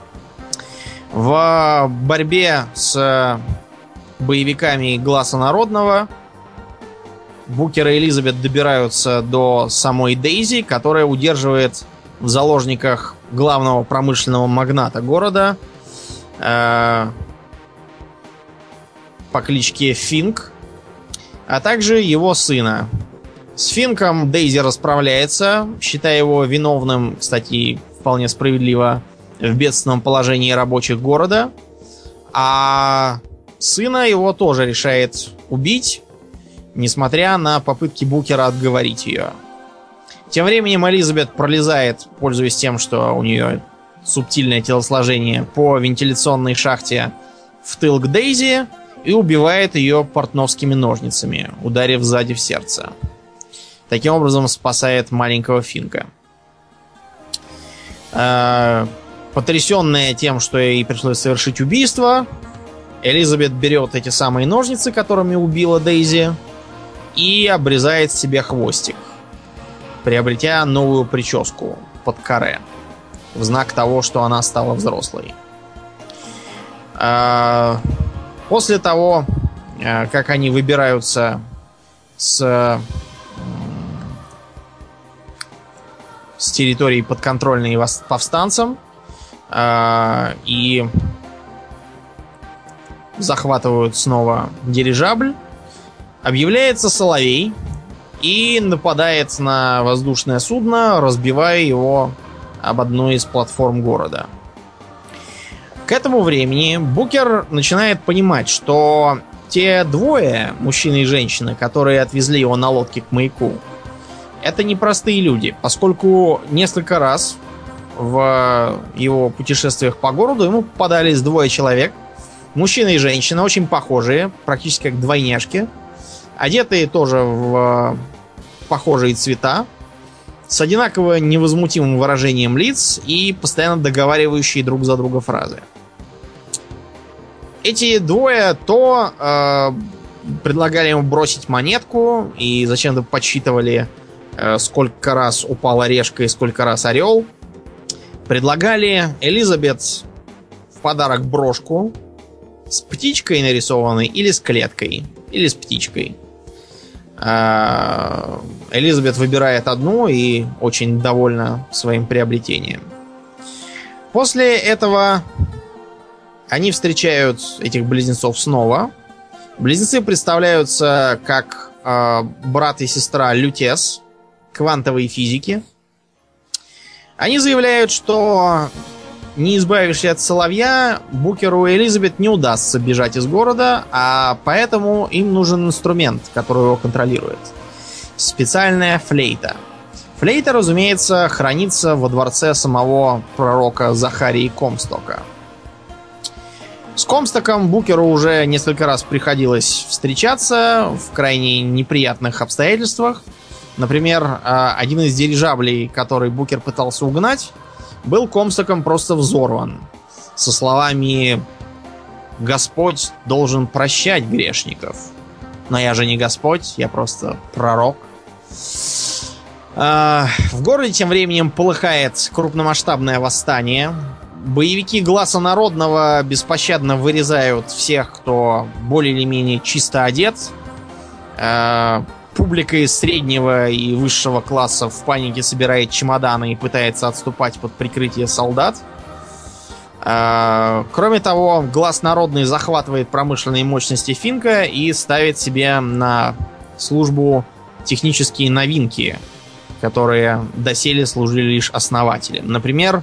В борьбе с боевиками Гласа народного Букер и Элизабет добираются до самой Дейзи, которая удерживает в заложниках главного промышленного магната города э, по кличке Финк, а также его сына. С Финком Дейзи расправляется, считая его виновным, кстати, вполне справедливо, в бедственном положении рабочих города. А сына его тоже решает убить, несмотря на попытки Букера отговорить ее. Тем временем Элизабет пролезает, пользуясь тем, что у нее субтильное телосложение, по вентиляционной шахте в тыл к Дейзи и убивает ее портновскими ножницами, ударив сзади в сердце. Таким образом спасает маленького Финка. Потрясенная тем, что ей пришлось совершить убийство, Элизабет берет эти самые ножницы, которыми убила Дейзи, и обрезает себе хвостик, приобретя новую прическу под каре, в знак того, что она стала взрослой. После того, как они выбираются с, с территории подконтрольной повстанцам и захватывают снова дирижабль, объявляется Соловей и нападает на воздушное судно, разбивая его об одну из платформ города. К этому времени Букер начинает понимать, что те двое, мужчина и женщина, которые отвезли его на лодке к маяку, это непростые люди, поскольку несколько раз в его путешествиях по городу ему попадались двое человек, мужчина и женщина, очень похожие, практически как двойняшки, одетые тоже в похожие цвета, с одинаково невозмутимым выражением лиц и постоянно договаривающие друг за друга фразы. Эти двое то э, предлагали ему бросить монетку и зачем-то подсчитывали, э, сколько раз упала решка и сколько раз орел. Предлагали Элизабет в подарок брошку с птичкой нарисованной или с клеткой, или с птичкой. Э, Элизабет выбирает одну и очень довольна своим приобретением. После этого они встречают этих близнецов снова. Близнецы представляются как э, брат и сестра Лютес, квантовой физики. Они заявляют, что, не избавившись от соловья, Букеру и Элизабет не удастся бежать из города, а поэтому им нужен инструмент, который его контролирует. Специальная флейта. Флейта, разумеется, хранится во дворце самого пророка Захарии Комстока. С Комстоком Букеру уже несколько раз приходилось встречаться в крайне неприятных обстоятельствах. Например, один из дирижаблей, который Букер пытался угнать, был Комстоком просто взорван. Со словами «Господь должен прощать грешников». Но я же не Господь, я просто пророк. В городе тем временем полыхает крупномасштабное восстание. Боевики Гласа Народного беспощадно вырезают всех, кто более или менее чисто одет. Публика из среднего и высшего класса в панике собирает чемоданы и пытается отступать под прикрытие солдат. Кроме того, Глас Народный захватывает промышленные мощности Финка и ставит себе на службу технические новинки, которые доселе служили лишь основателям. Например,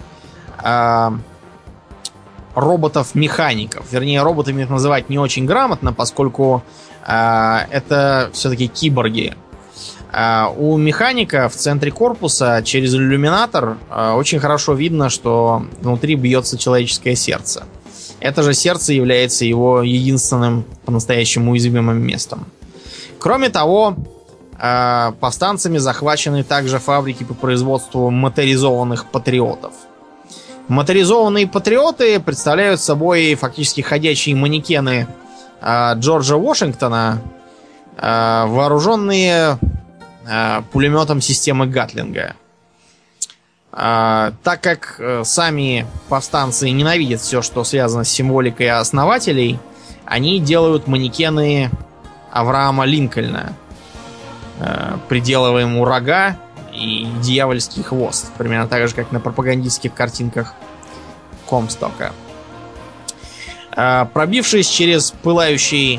роботов-механиков. Вернее, роботами их называть не очень грамотно, поскольку э, это все-таки киборги. Э, у механика в центре корпуса через иллюминатор э, очень хорошо видно, что внутри бьется человеческое сердце. Это же сердце является его единственным по-настоящему уязвимым местом. Кроме того, э, повстанцами захвачены также фабрики по производству моторизованных патриотов. Моторизованные патриоты представляют собой фактически ходячие манекены э, Джорджа Вашингтона, э, вооруженные э, пулеметом системы Гатлинга. Э, так как э, сами повстанцы ненавидят все, что связано с символикой основателей, они делают манекены Авраама Линкольна, э, приделывая ему рога и дьявольский хвост. Примерно так же, как на пропагандистских картинках Комстока. Э, пробившись через пылающий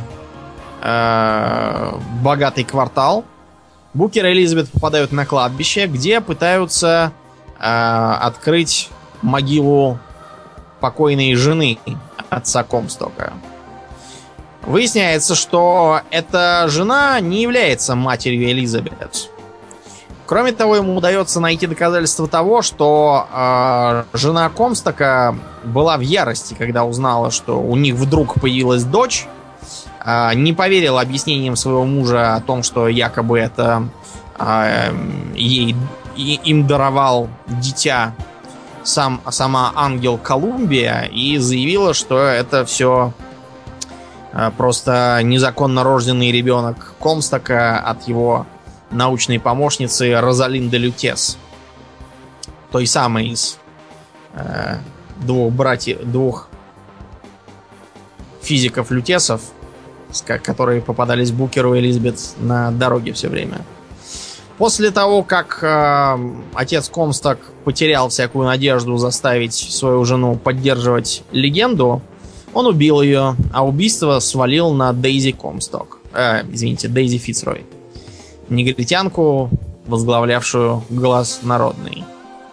э, богатый квартал, Букер и Элизабет попадают на кладбище, где пытаются э, открыть могилу покойной жены отца Комстока. Выясняется, что эта жена не является матерью Элизабет. Кроме того, ему удается найти доказательства того, что э, жена Комстока была в ярости, когда узнала, что у них вдруг появилась дочь. Э, не поверила объяснениям своего мужа о том, что якобы это э, ей, им даровал дитя сам, сама ангел Колумбия, и заявила, что это все э, просто незаконно рожденный ребенок Комстока от его научной помощницы Розалинды Лютес. Той самой из э, двух братьев, двух физиков Лютесов, которые попадались Букеру и Элизабет на дороге все время. После того, как э, отец Комсток потерял всякую надежду заставить свою жену поддерживать легенду, он убил ее, а убийство свалил на Дейзи Комсток. Э, извините, Дейзи Фицрой. Негритянку, возглавлявшую Глаз Народный.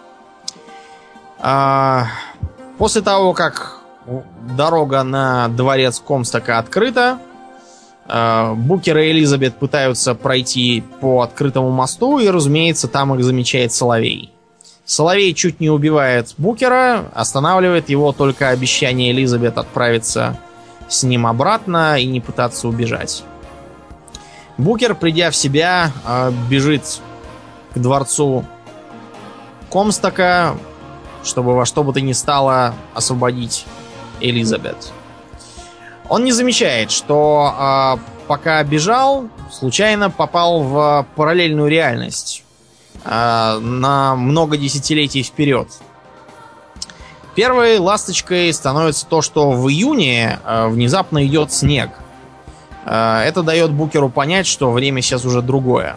А, после того, как дорога на дворец Комстока открыта, а, Букер и Элизабет пытаются пройти по открытому мосту, и, разумеется, там их замечает Соловей. Соловей чуть не убивает Букера, останавливает его только обещание Элизабет отправиться с ним обратно и не пытаться убежать. Букер, придя в себя, бежит к дворцу Комстока, чтобы во что бы то ни стало освободить Элизабет. Он не замечает, что пока бежал, случайно попал в параллельную реальность на много десятилетий вперед. Первой ласточкой становится то, что в июне внезапно идет снег. Это дает Букеру понять, что время сейчас уже другое.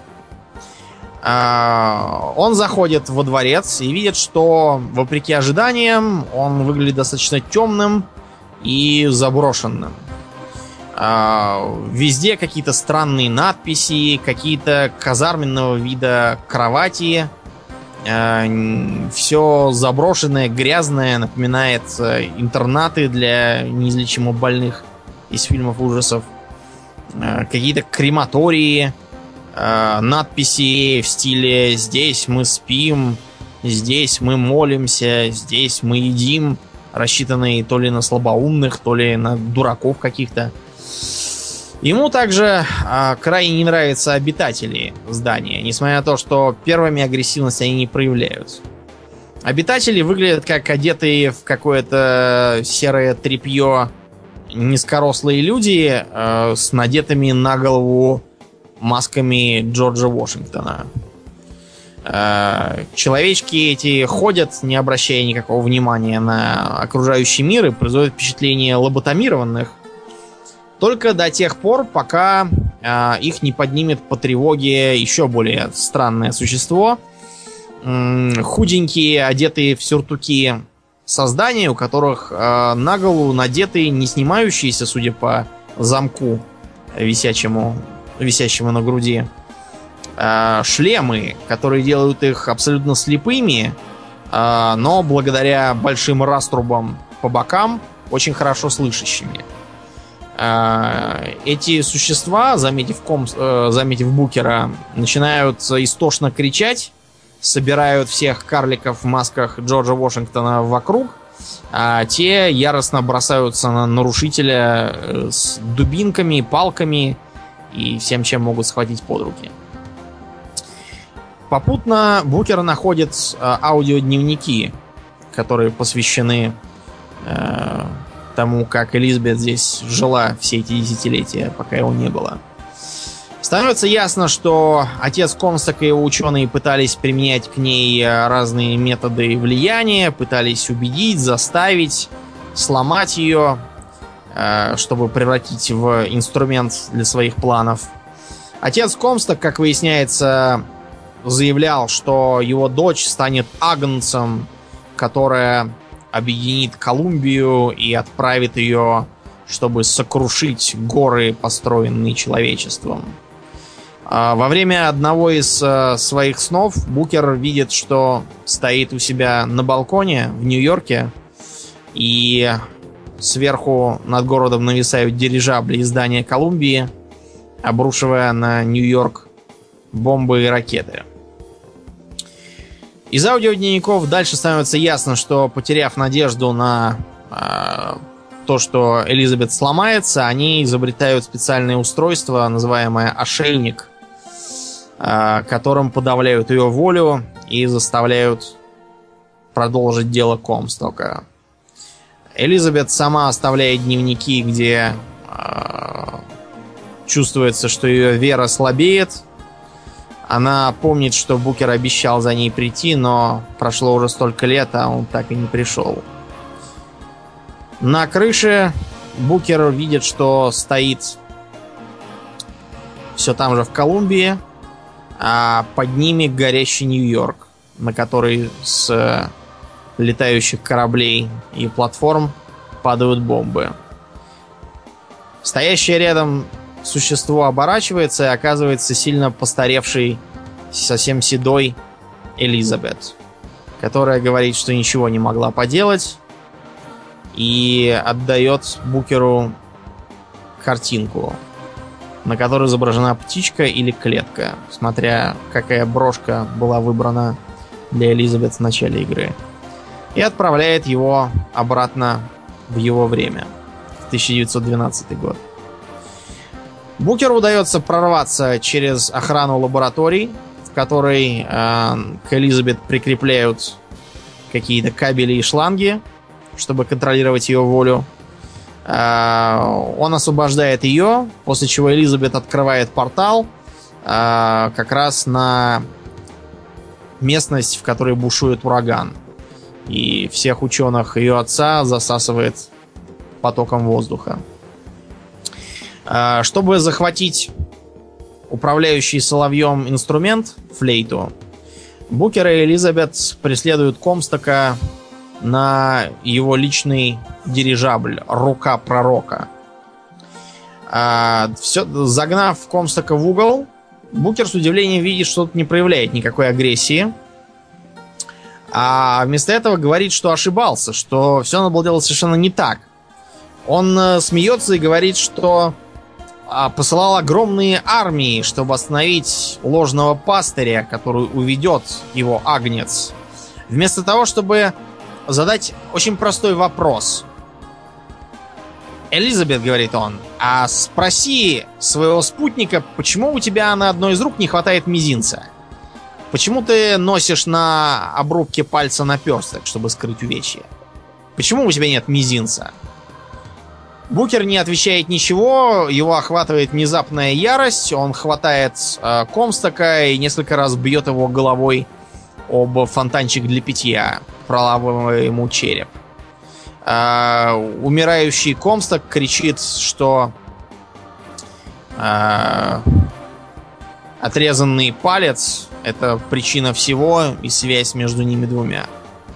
Он заходит во дворец и видит, что, вопреки ожиданиям, он выглядит достаточно темным и заброшенным. Везде какие-то странные надписи, какие-то казарменного вида кровати. Все заброшенное, грязное, напоминает интернаты для неизлечимо больных из фильмов ужасов. Какие-то крематории, надписи в стиле «здесь мы спим», «здесь мы молимся», «здесь мы едим», рассчитанные то ли на слабоумных, то ли на дураков каких-то. Ему также крайне не нравятся обитатели здания, несмотря на то, что первыми агрессивность они не проявляют. Обитатели выглядят как одетые в какое-то серое тряпье низкорослые люди э, с надетыми на голову масками Джорджа Вашингтона. Э, человечки эти ходят, не обращая никакого внимания на окружающий мир, и производят впечатление лоботомированных. Только до тех пор, пока э, их не поднимет по тревоге еще более странное существо. М-м, худенькие, одетые в сюртуки создания, у которых э, на голову надеты не снимающиеся, судя по замку, висячему, висящему на груди, э, шлемы, которые делают их абсолютно слепыми, э, но благодаря большим раструбам по бокам очень хорошо слышащими. Э, эти существа, заметив, ком, э, заметив Букера, начинают истошно кричать, собирают всех карликов в масках Джорджа Вашингтона вокруг, а те яростно бросаются на нарушителя с дубинками, палками и всем, чем могут схватить под руки. Попутно Букер находит аудиодневники, которые посвящены э, тому, как Элизабет здесь жила все эти десятилетия, пока его не было. Становится ясно, что отец Комсток и его ученые пытались применять к ней разные методы влияния, пытались убедить, заставить, сломать ее, чтобы превратить в инструмент для своих планов. Отец Комсток, как выясняется, заявлял, что его дочь станет агнцем, которая объединит Колумбию и отправит ее чтобы сокрушить горы, построенные человечеством. Во время одного из своих снов Букер видит, что стоит у себя на балконе в Нью-Йорке, и сверху над городом нависают дирижабли из здания Колумбии, обрушивая на Нью-Йорк бомбы и ракеты. Из аудиодневников дальше становится ясно, что, потеряв надежду на э, то, что Элизабет сломается, они изобретают специальное устройство, называемое ошейник, э, которым подавляют ее волю и заставляют продолжить дело Комстока. Элизабет сама оставляет дневники, где э, чувствуется, что ее вера слабеет. Она помнит, что Букер обещал за ней прийти, но прошло уже столько лет, а он так и не пришел. На крыше Букер видит, что стоит все там же в Колумбии, а под ними горящий Нью-Йорк, на который с летающих кораблей и платформ падают бомбы. Стоящее рядом существо оборачивается и оказывается сильно постаревшей, совсем седой Элизабет, которая говорит, что ничего не могла поделать, и отдает Букеру картинку, на которой изображена птичка или клетка, смотря какая брошка была выбрана для Элизабет в начале игры, и отправляет его обратно в его время, в тысяча девятьсот двенадцатый год. Букеру удается прорваться через охрану лабораторий, в которой э, к Элизабет прикрепляют какие-то кабели и шланги, чтобы контролировать ее волю. Э, он освобождает ее, после чего Элизабет открывает портал э, как раз на местность, в которой бушует ураган. И всех ученых ее отца засасывает потоком воздуха. Чтобы захватить управляющий соловьем инструмент, флейту, Букер и Элизабет преследуют Комстока на его личный дирижабль «Рука пророка». Все, загнав Комстока в угол, Букер с удивлением видит, что тут не проявляет никакой агрессии, а вместо этого говорит, что ошибался, что все надо было делать совершенно не так. Он смеется и говорит, что посылал огромные армии, чтобы остановить ложного пастыря, который уведет его агнец. Вместо того, чтобы задать очень простой вопрос. Элизабет, говорит он, а спроси своего спутника, почему у тебя на одной из рук не хватает мизинца? Почему ты носишь на обрубке пальца наперсток, чтобы скрыть увечье? Почему у тебя нет мизинца? Букер не отвечает ничего, его охватывает внезапная ярость, он хватает э, Комстока и несколько раз бьет его головой об фонтанчик для питья, проламывая ему череп. Э, умирающий Комсток кричит, что э, отрезанный палец — это причина всего и связь между ними двумя.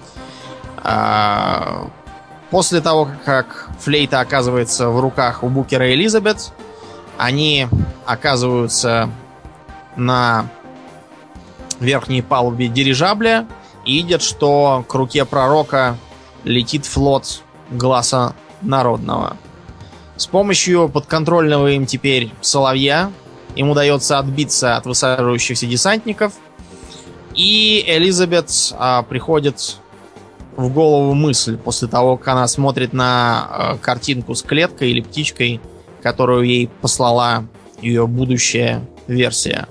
Э, После того, как флейта оказывается в руках у Букера и Элизабет, они оказываются на верхней палубе дирижабля и видят, что к руке пророка летит флот Гласа Народного. С помощью подконтрольного им теперь соловья им удается отбиться от высаживающихся десантников, и Элизабет а, приходит в голову мысль после того, как она смотрит на э, картинку с клеткой или птичкой, которую ей послала ее будущая версия.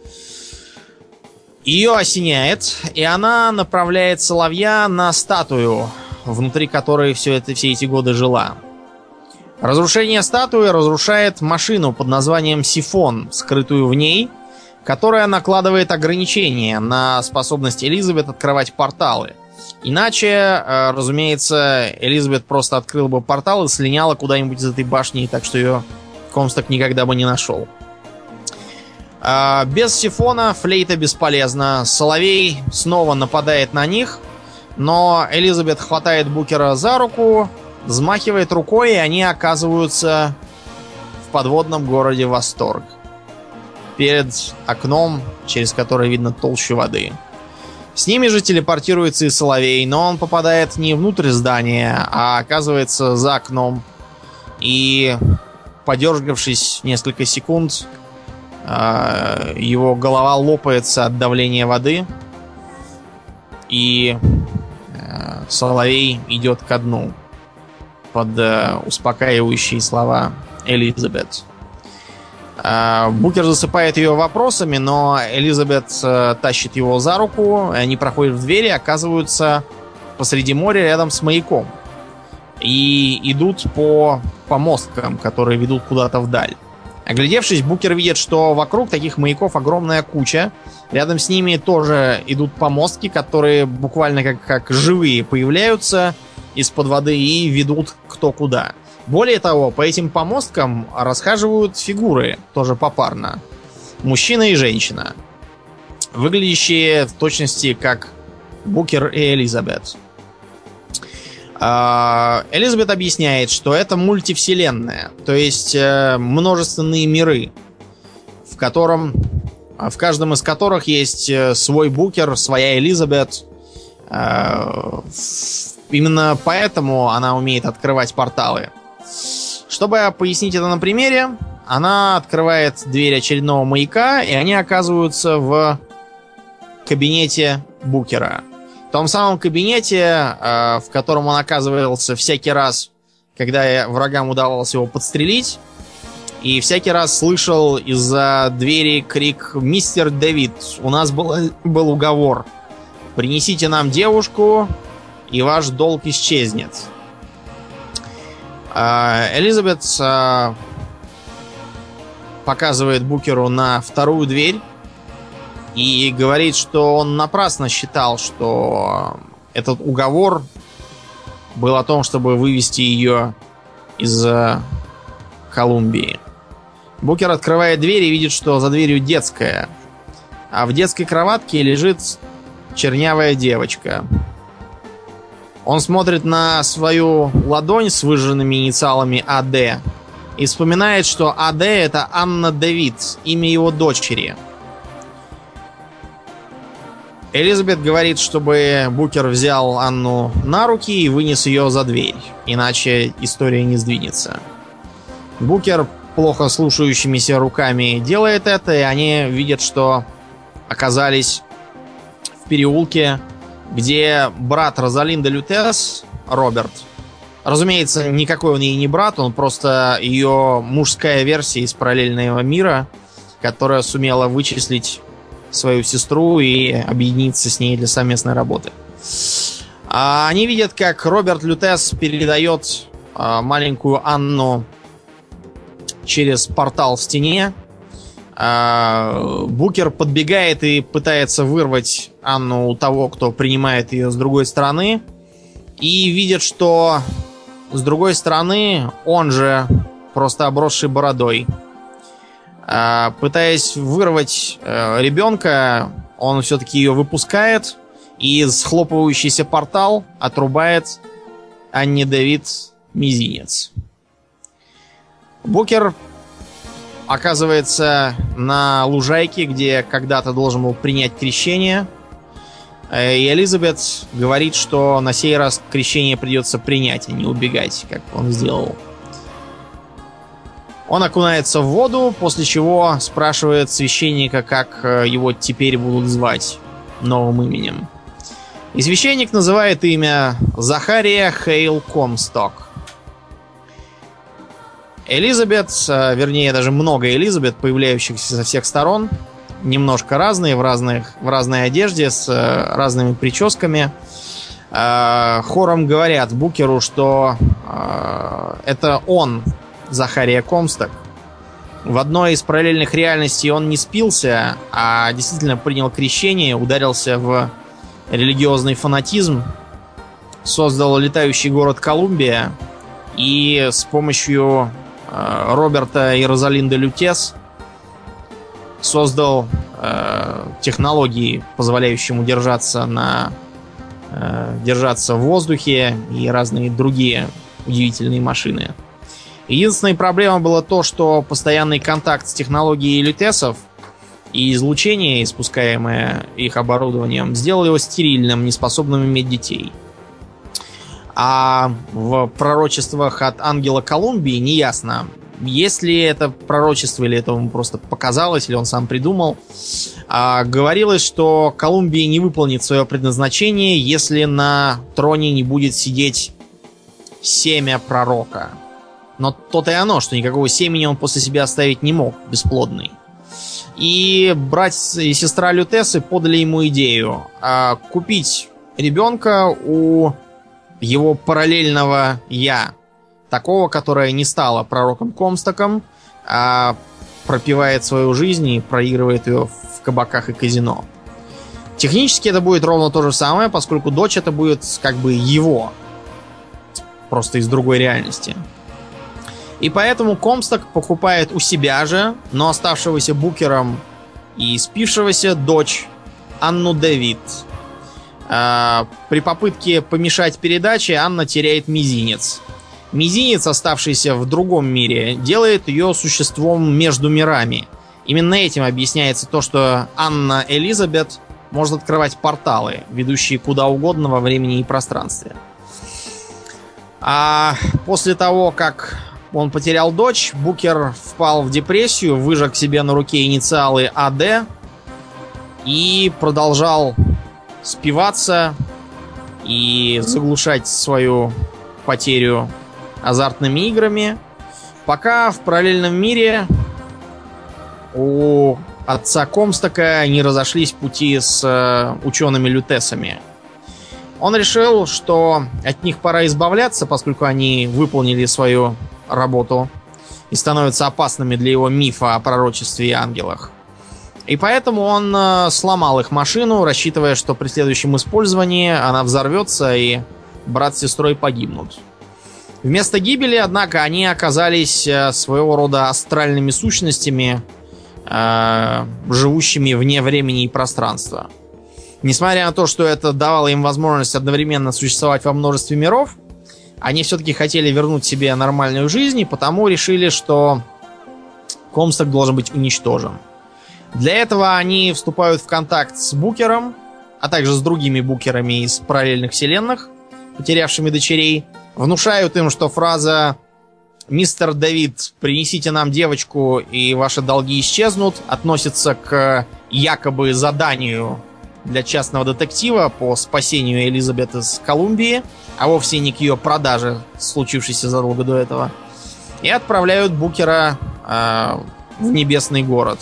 Ее осеняет, и она направляет соловья на статую, внутри которой все, это, все эти годы жила. Разрушение статуи разрушает машину под названием Сифон, скрытую в ней, которая накладывает ограничения на способность Элизабет открывать порталы. Иначе, разумеется, Элизабет просто открыла бы портал и слиняла куда-нибудь из этой башни, так что ее Комсток никогда бы не нашел. Без Сифона флейта бесполезна. Соловей снова нападает на них, но Элизабет хватает Букера за руку, взмахивает рукой, и они оказываются в подводном городе Восторг. Перед окном, через которое видно толщу воды. С ними же телепортируется и Соловей, но он попадает не внутрь здания, а оказывается за окном. И, подергавшись несколько секунд, его голова лопается от давления воды, и Соловей идет ко дну под успокаивающие слова Элизабет. Букер засыпает ее вопросами, но Элизабет тащит его за руку, они проходят в дверь и оказываются посреди моря рядом с маяком. И идут по помосткам, которые ведут куда-то вдаль. Оглядевшись, Букер видит, что вокруг таких маяков огромная куча. Рядом с ними тоже идут помостки, которые буквально как, как живые появляются из-под воды и ведут кто куда. Более того, по этим помосткам расхаживают фигуры, тоже попарно. Мужчина и женщина. Выглядящие в точности как Букер и Элизабет. Элизабет объясняет, что это мультивселенная, то есть множественные миры, в котором, в каждом из которых есть свой Букер, своя Элизабет. Именно поэтому она умеет открывать порталы. Чтобы пояснить это на примере, она открывает дверь очередного маяка, и они оказываются в кабинете Букера. В том самом кабинете, в котором он оказывался всякий раз, когда врагам удавалось его подстрелить, и всякий раз слышал из-за двери крик: «Мистер Дэвид, у нас был, был уговор. Принесите нам девушку, и ваш долг исчезнет». Элизабет показывает Букеру на вторую дверь и говорит, что он напрасно считал, что этот уговор был о том, чтобы вывести ее из Колумбии. Букер открывает дверь и видит, что за дверью детская, а в детской кроватке лежит чернявая девочка. Он смотрит на свою ладонь с выжженными инициалами А Д и вспоминает, что А Д это Анна Дэвид, имя его дочери. Элизабет говорит, чтобы Букер взял Анну на руки и вынес ее за дверь, иначе история не сдвинется. Букер плохо слушающимися руками делает это, и они видят, что оказались в переулке, где брат Розалинды Лютес, Роберт, разумеется, никакой он ей не брат, он просто ее мужская версия из параллельного мира, которая сумела вычислить свою сестру и объединиться с ней для совместной работы. А они видят, как Роберт Лютес передает а, маленькую Анну через портал в стене. А, Букер подбегает и пытается вырвать Анну у того, кто принимает ее с другой стороны. И видит, что с другой стороны он же, просто обросший бородой. А, пытаясь вырвать э, ребенка, он все-таки ее выпускает. И схлопывающийся портал отрубает Анне Дэвид мизинец. Букер оказывается на лужайке, где когда-то должен был принять крещение. И Элизабет говорит, что на сей раз крещение придется принять, а не убегать, как он сделал. Он окунается в воду, после чего спрашивает священника, как его теперь будут звать новым именем. И священник называет имя Захария Хейл Комсток. Элизабет, вернее даже много Элизабет, появляющихся со всех сторон, немножко разные, в, разных, в разной одежде, с разными прическами, хором говорят Букеру, что это он, Захария Комсток. В одной из параллельных реальностей он не спился, а действительно принял крещение, ударился в религиозный фанатизм, создал летающий город Колумбия и с помощью э, Роберта и Розалинды Лютес создал э, технологии, позволяющие ему держаться на э, держаться в воздухе и разные другие удивительные машины. Единственная проблема была то, что постоянный контакт с технологией лютесов и излучение, испускаемое их оборудованием, сделало его стерильным, неспособным иметь детей. А в пророчествах от ангела Колумбии неясно, есть ли это пророчество, или это ему просто показалось, или он сам придумал. А, говорилось, что Колумбия не выполнит свое предназначение, если на троне не будет сидеть семя пророка. Но то-то и оно, что никакого семени он после себя оставить не мог, бесплодный. И брат и сестра Лютесы подали ему идею а, купить ребенка у его параллельного «я», такого, которое не стало пророком Комстоком, а пропивает свою жизнь и проигрывает ее в кабаках и казино. Технически это будет ровно то же самое, поскольку дочь это будет как бы его, просто из другой реальности. И поэтому Комсток покупает у себя же, но оставшегося букером и спившегося дочь Анну Дэвид. А, при попытке помешать передаче Анна теряет мизинец. Мизинец, оставшийся в другом мире, делает ее существом между мирами. Именно этим объясняется то, что Анна Элизабет может открывать порталы, ведущие куда угодно во времени и пространстве. А после того, как он потерял дочь, Букер впал в депрессию, выжег себе на руке инициалы А Д и продолжал спиваться и заглушать свою потерю азартными играми, пока в параллельном мире у отца Комстока не разошлись пути с учеными-лютесами. Он решил, что от них пора избавляться, поскольку они выполнили свою работу и становятся опасными для его мифа о пророчестве и ангелах. И поэтому он сломал их машину, рассчитывая, что при следующем использовании она взорвется и брат с сестрой погибнут. Вместо гибели, однако, они оказались своего рода астральными сущностями, э, живущими вне времени и пространства. Несмотря на то, что это давало им возможность одновременно существовать во множестве миров, они все-таки хотели вернуть себе нормальную жизнь, и потому решили, что Комсток должен быть уничтожен. Для этого они вступают в контакт с Букером, а также с другими Букерами из параллельных вселенных, потерявшими дочерей, внушают им, что фраза «Мистер Дэвид, принесите нам девочку, и ваши долги исчезнут» относится к якобы заданию для частного детектива по спасению Элизабет из Колумбии, а вовсе не к ее продаже, случившейся задолго до этого, и отправляют Букера э, в небесный город.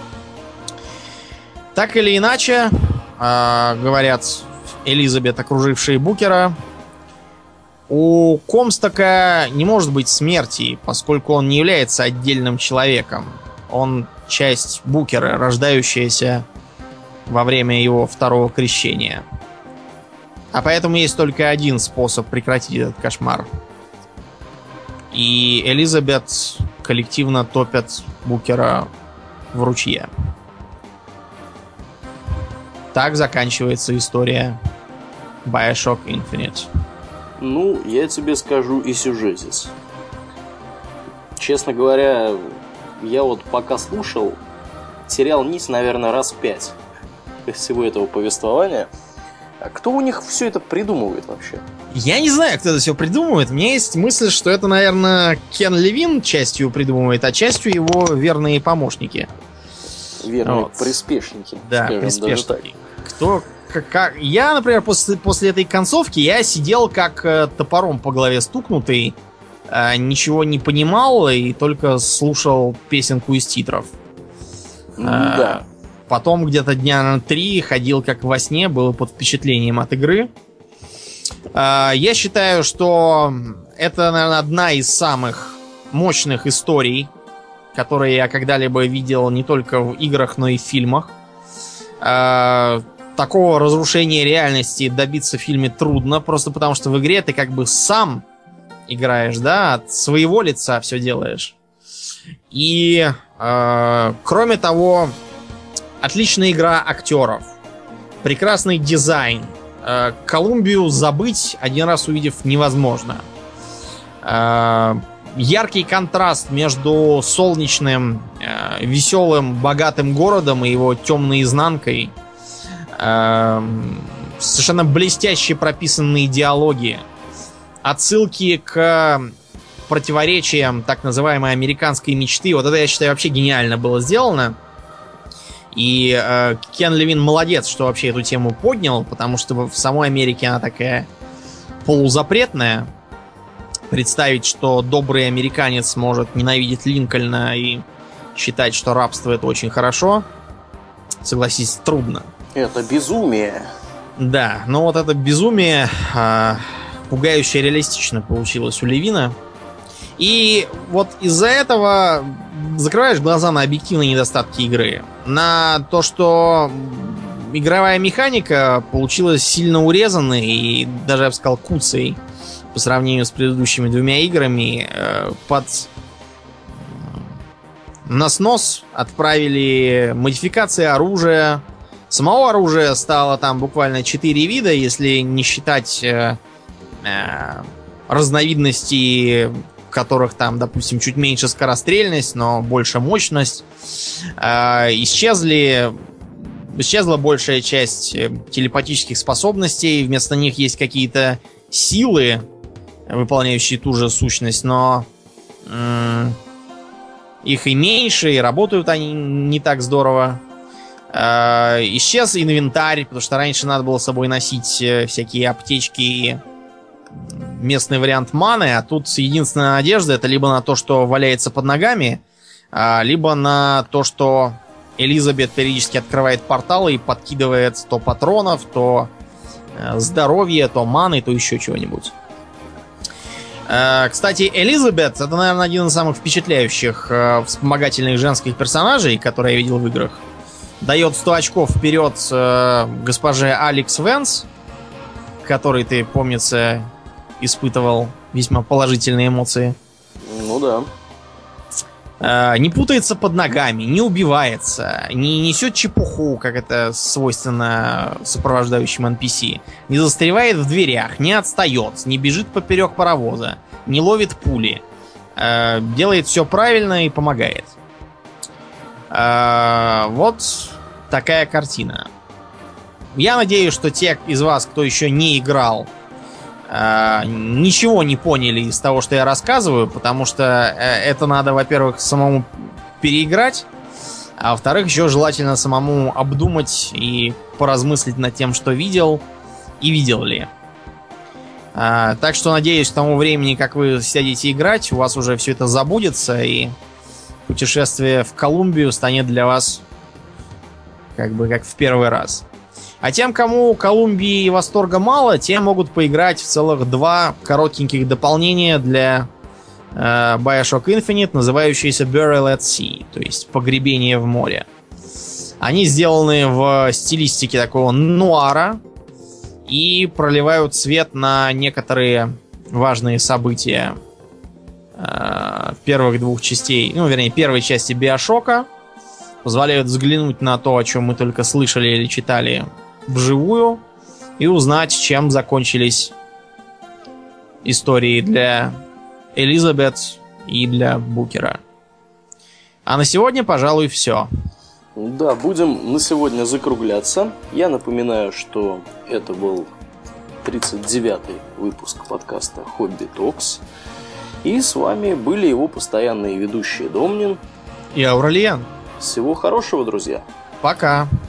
Так или иначе, э, говорят Элизабет, окружившие Букера, у Комстока не может быть смерти, поскольку он не является отдельным человеком. Он часть Букера, рождающаяся во время его второго крещения. А поэтому есть только один способ прекратить этот кошмар. И Элизабет коллективно топят Букера в ручье. Так заканчивается история BioShock Infinite. Ну, я тебе скажу и сюжетец. Честно говоря, я вот пока слушал, терял нить, наверное, раз пять всего этого повествования. А кто у них все это придумывает вообще? Я не знаю, кто это все придумывает. У меня есть мысль, что это, наверное, Кен Левин частью придумывает, а частью его верные помощники. Верные вот. приспешники. Да, приспешники. Кто... Как, я, например, после, после этой концовки я сидел как э, топором по голове стукнутый, э, ничего не понимал и только слушал песенку из титров. Mm, э, да. Потом где-то дня на три ходил как во сне, был под впечатлением от игры. Э, я считаю, что это, наверное, одна из самых мощных историй, которые я когда-либо видел не только в играх, но и в фильмах. Э, Такого разрушения реальности добиться в фильме трудно, просто потому что в игре ты как бы сам играешь, да, от своего лица все делаешь. И, э, кроме того, отличная игра актеров, прекрасный дизайн. Э, Колумбию забыть, один раз увидев, невозможно. Э, яркий контраст между солнечным, э, веселым, богатым городом и его темной изнанкой. Э, совершенно блестяще прописанные диалоги. Отсылки к противоречиям так называемой американской мечты. Вот это, я считаю, вообще гениально было сделано. И э, Кен Левин молодец, что вообще эту тему поднял, потому что в самой Америке она такая полузапретная. Представить, что добрый американец может ненавидеть Линкольна и считать, что рабство это очень хорошо, согласись, трудно. Это безумие. Да, но вот это безумие э, пугающе реалистично получилось у Левина. И вот из-за этого закрываешь глаза на объективные недостатки игры. На то, что игровая механика получилась сильно урезанной и даже, я бы сказал, куцей по сравнению с предыдущими двумя играми. Под на снос отправили модификации оружия. Самого оружия стало там буквально четыре вида, если не считать э, э, разновидностей, которых там, допустим, чуть меньше скорострельность, но больше мощность. Э, исчезли, исчезла большая часть телепатических способностей. Вместо них есть какие-то силы, выполняющие ту же сущность, но э, их и меньше, и работают они не так здорово. Э, исчез инвентарь, потому что раньше надо было с собой носить всякие аптечки и местный вариант маны, а тут единственная надежда это либо на то, что валяется под ногами, либо на то, что Элизабет периодически открывает порталы и подкидывает то патронов, то здоровье, то маны, то еще чего-нибудь. Кстати, Элизабет это, наверное, один из самых впечатляющих вспомогательных женских персонажей, которые я видел в играх. Дает сто очков вперед госпоже Алекс Венс, который ты, помнится, испытывал весьма положительные эмоции. Ну да. Э, не путается под ногами, не убивается, не несет чепуху, как это свойственно сопровождающим эн пи си. Не застревает в дверях, не отстает, не бежит поперек паровоза, не ловит пули. Э, делает все правильно и помогает. Э, вот такая картина. Я надеюсь, что те из вас, кто еще не играл, э, ничего не поняли из того, что я рассказываю, потому что э, это надо, во-первых, самому переиграть, а во-вторых, еще желательно самому обдумать и поразмыслить над тем, что видел и видел ли. Э, так что, надеюсь, к тому времени, как вы сядете играть, у вас уже все это забудется, и путешествие в Колумбию станет для вас как бы как в первый раз. А тем, кому Колумбии и восторга мало, те могут поиграть в целых два коротеньких дополнения для э, Bioshock Infinite, называющиеся Burial at Sea, то есть погребение в море. Они сделаны в стилистике такого нуара и проливают свет на некоторые важные события э, первых двух частей, ну, вернее, первой части Биошока, позволяют взглянуть на то, о чем мы только слышали или читали вживую, и узнать, чем закончились истории для Элизабет и для Букера. А на сегодня, пожалуй, все. Да, будем на сегодня закругляться. Я напоминаю, что это был тридцать девятый выпуск подкаста Хобби Токс. И с вами были его постоянные ведущие Домнин и Аурельян. Всего хорошего, друзья. Пока.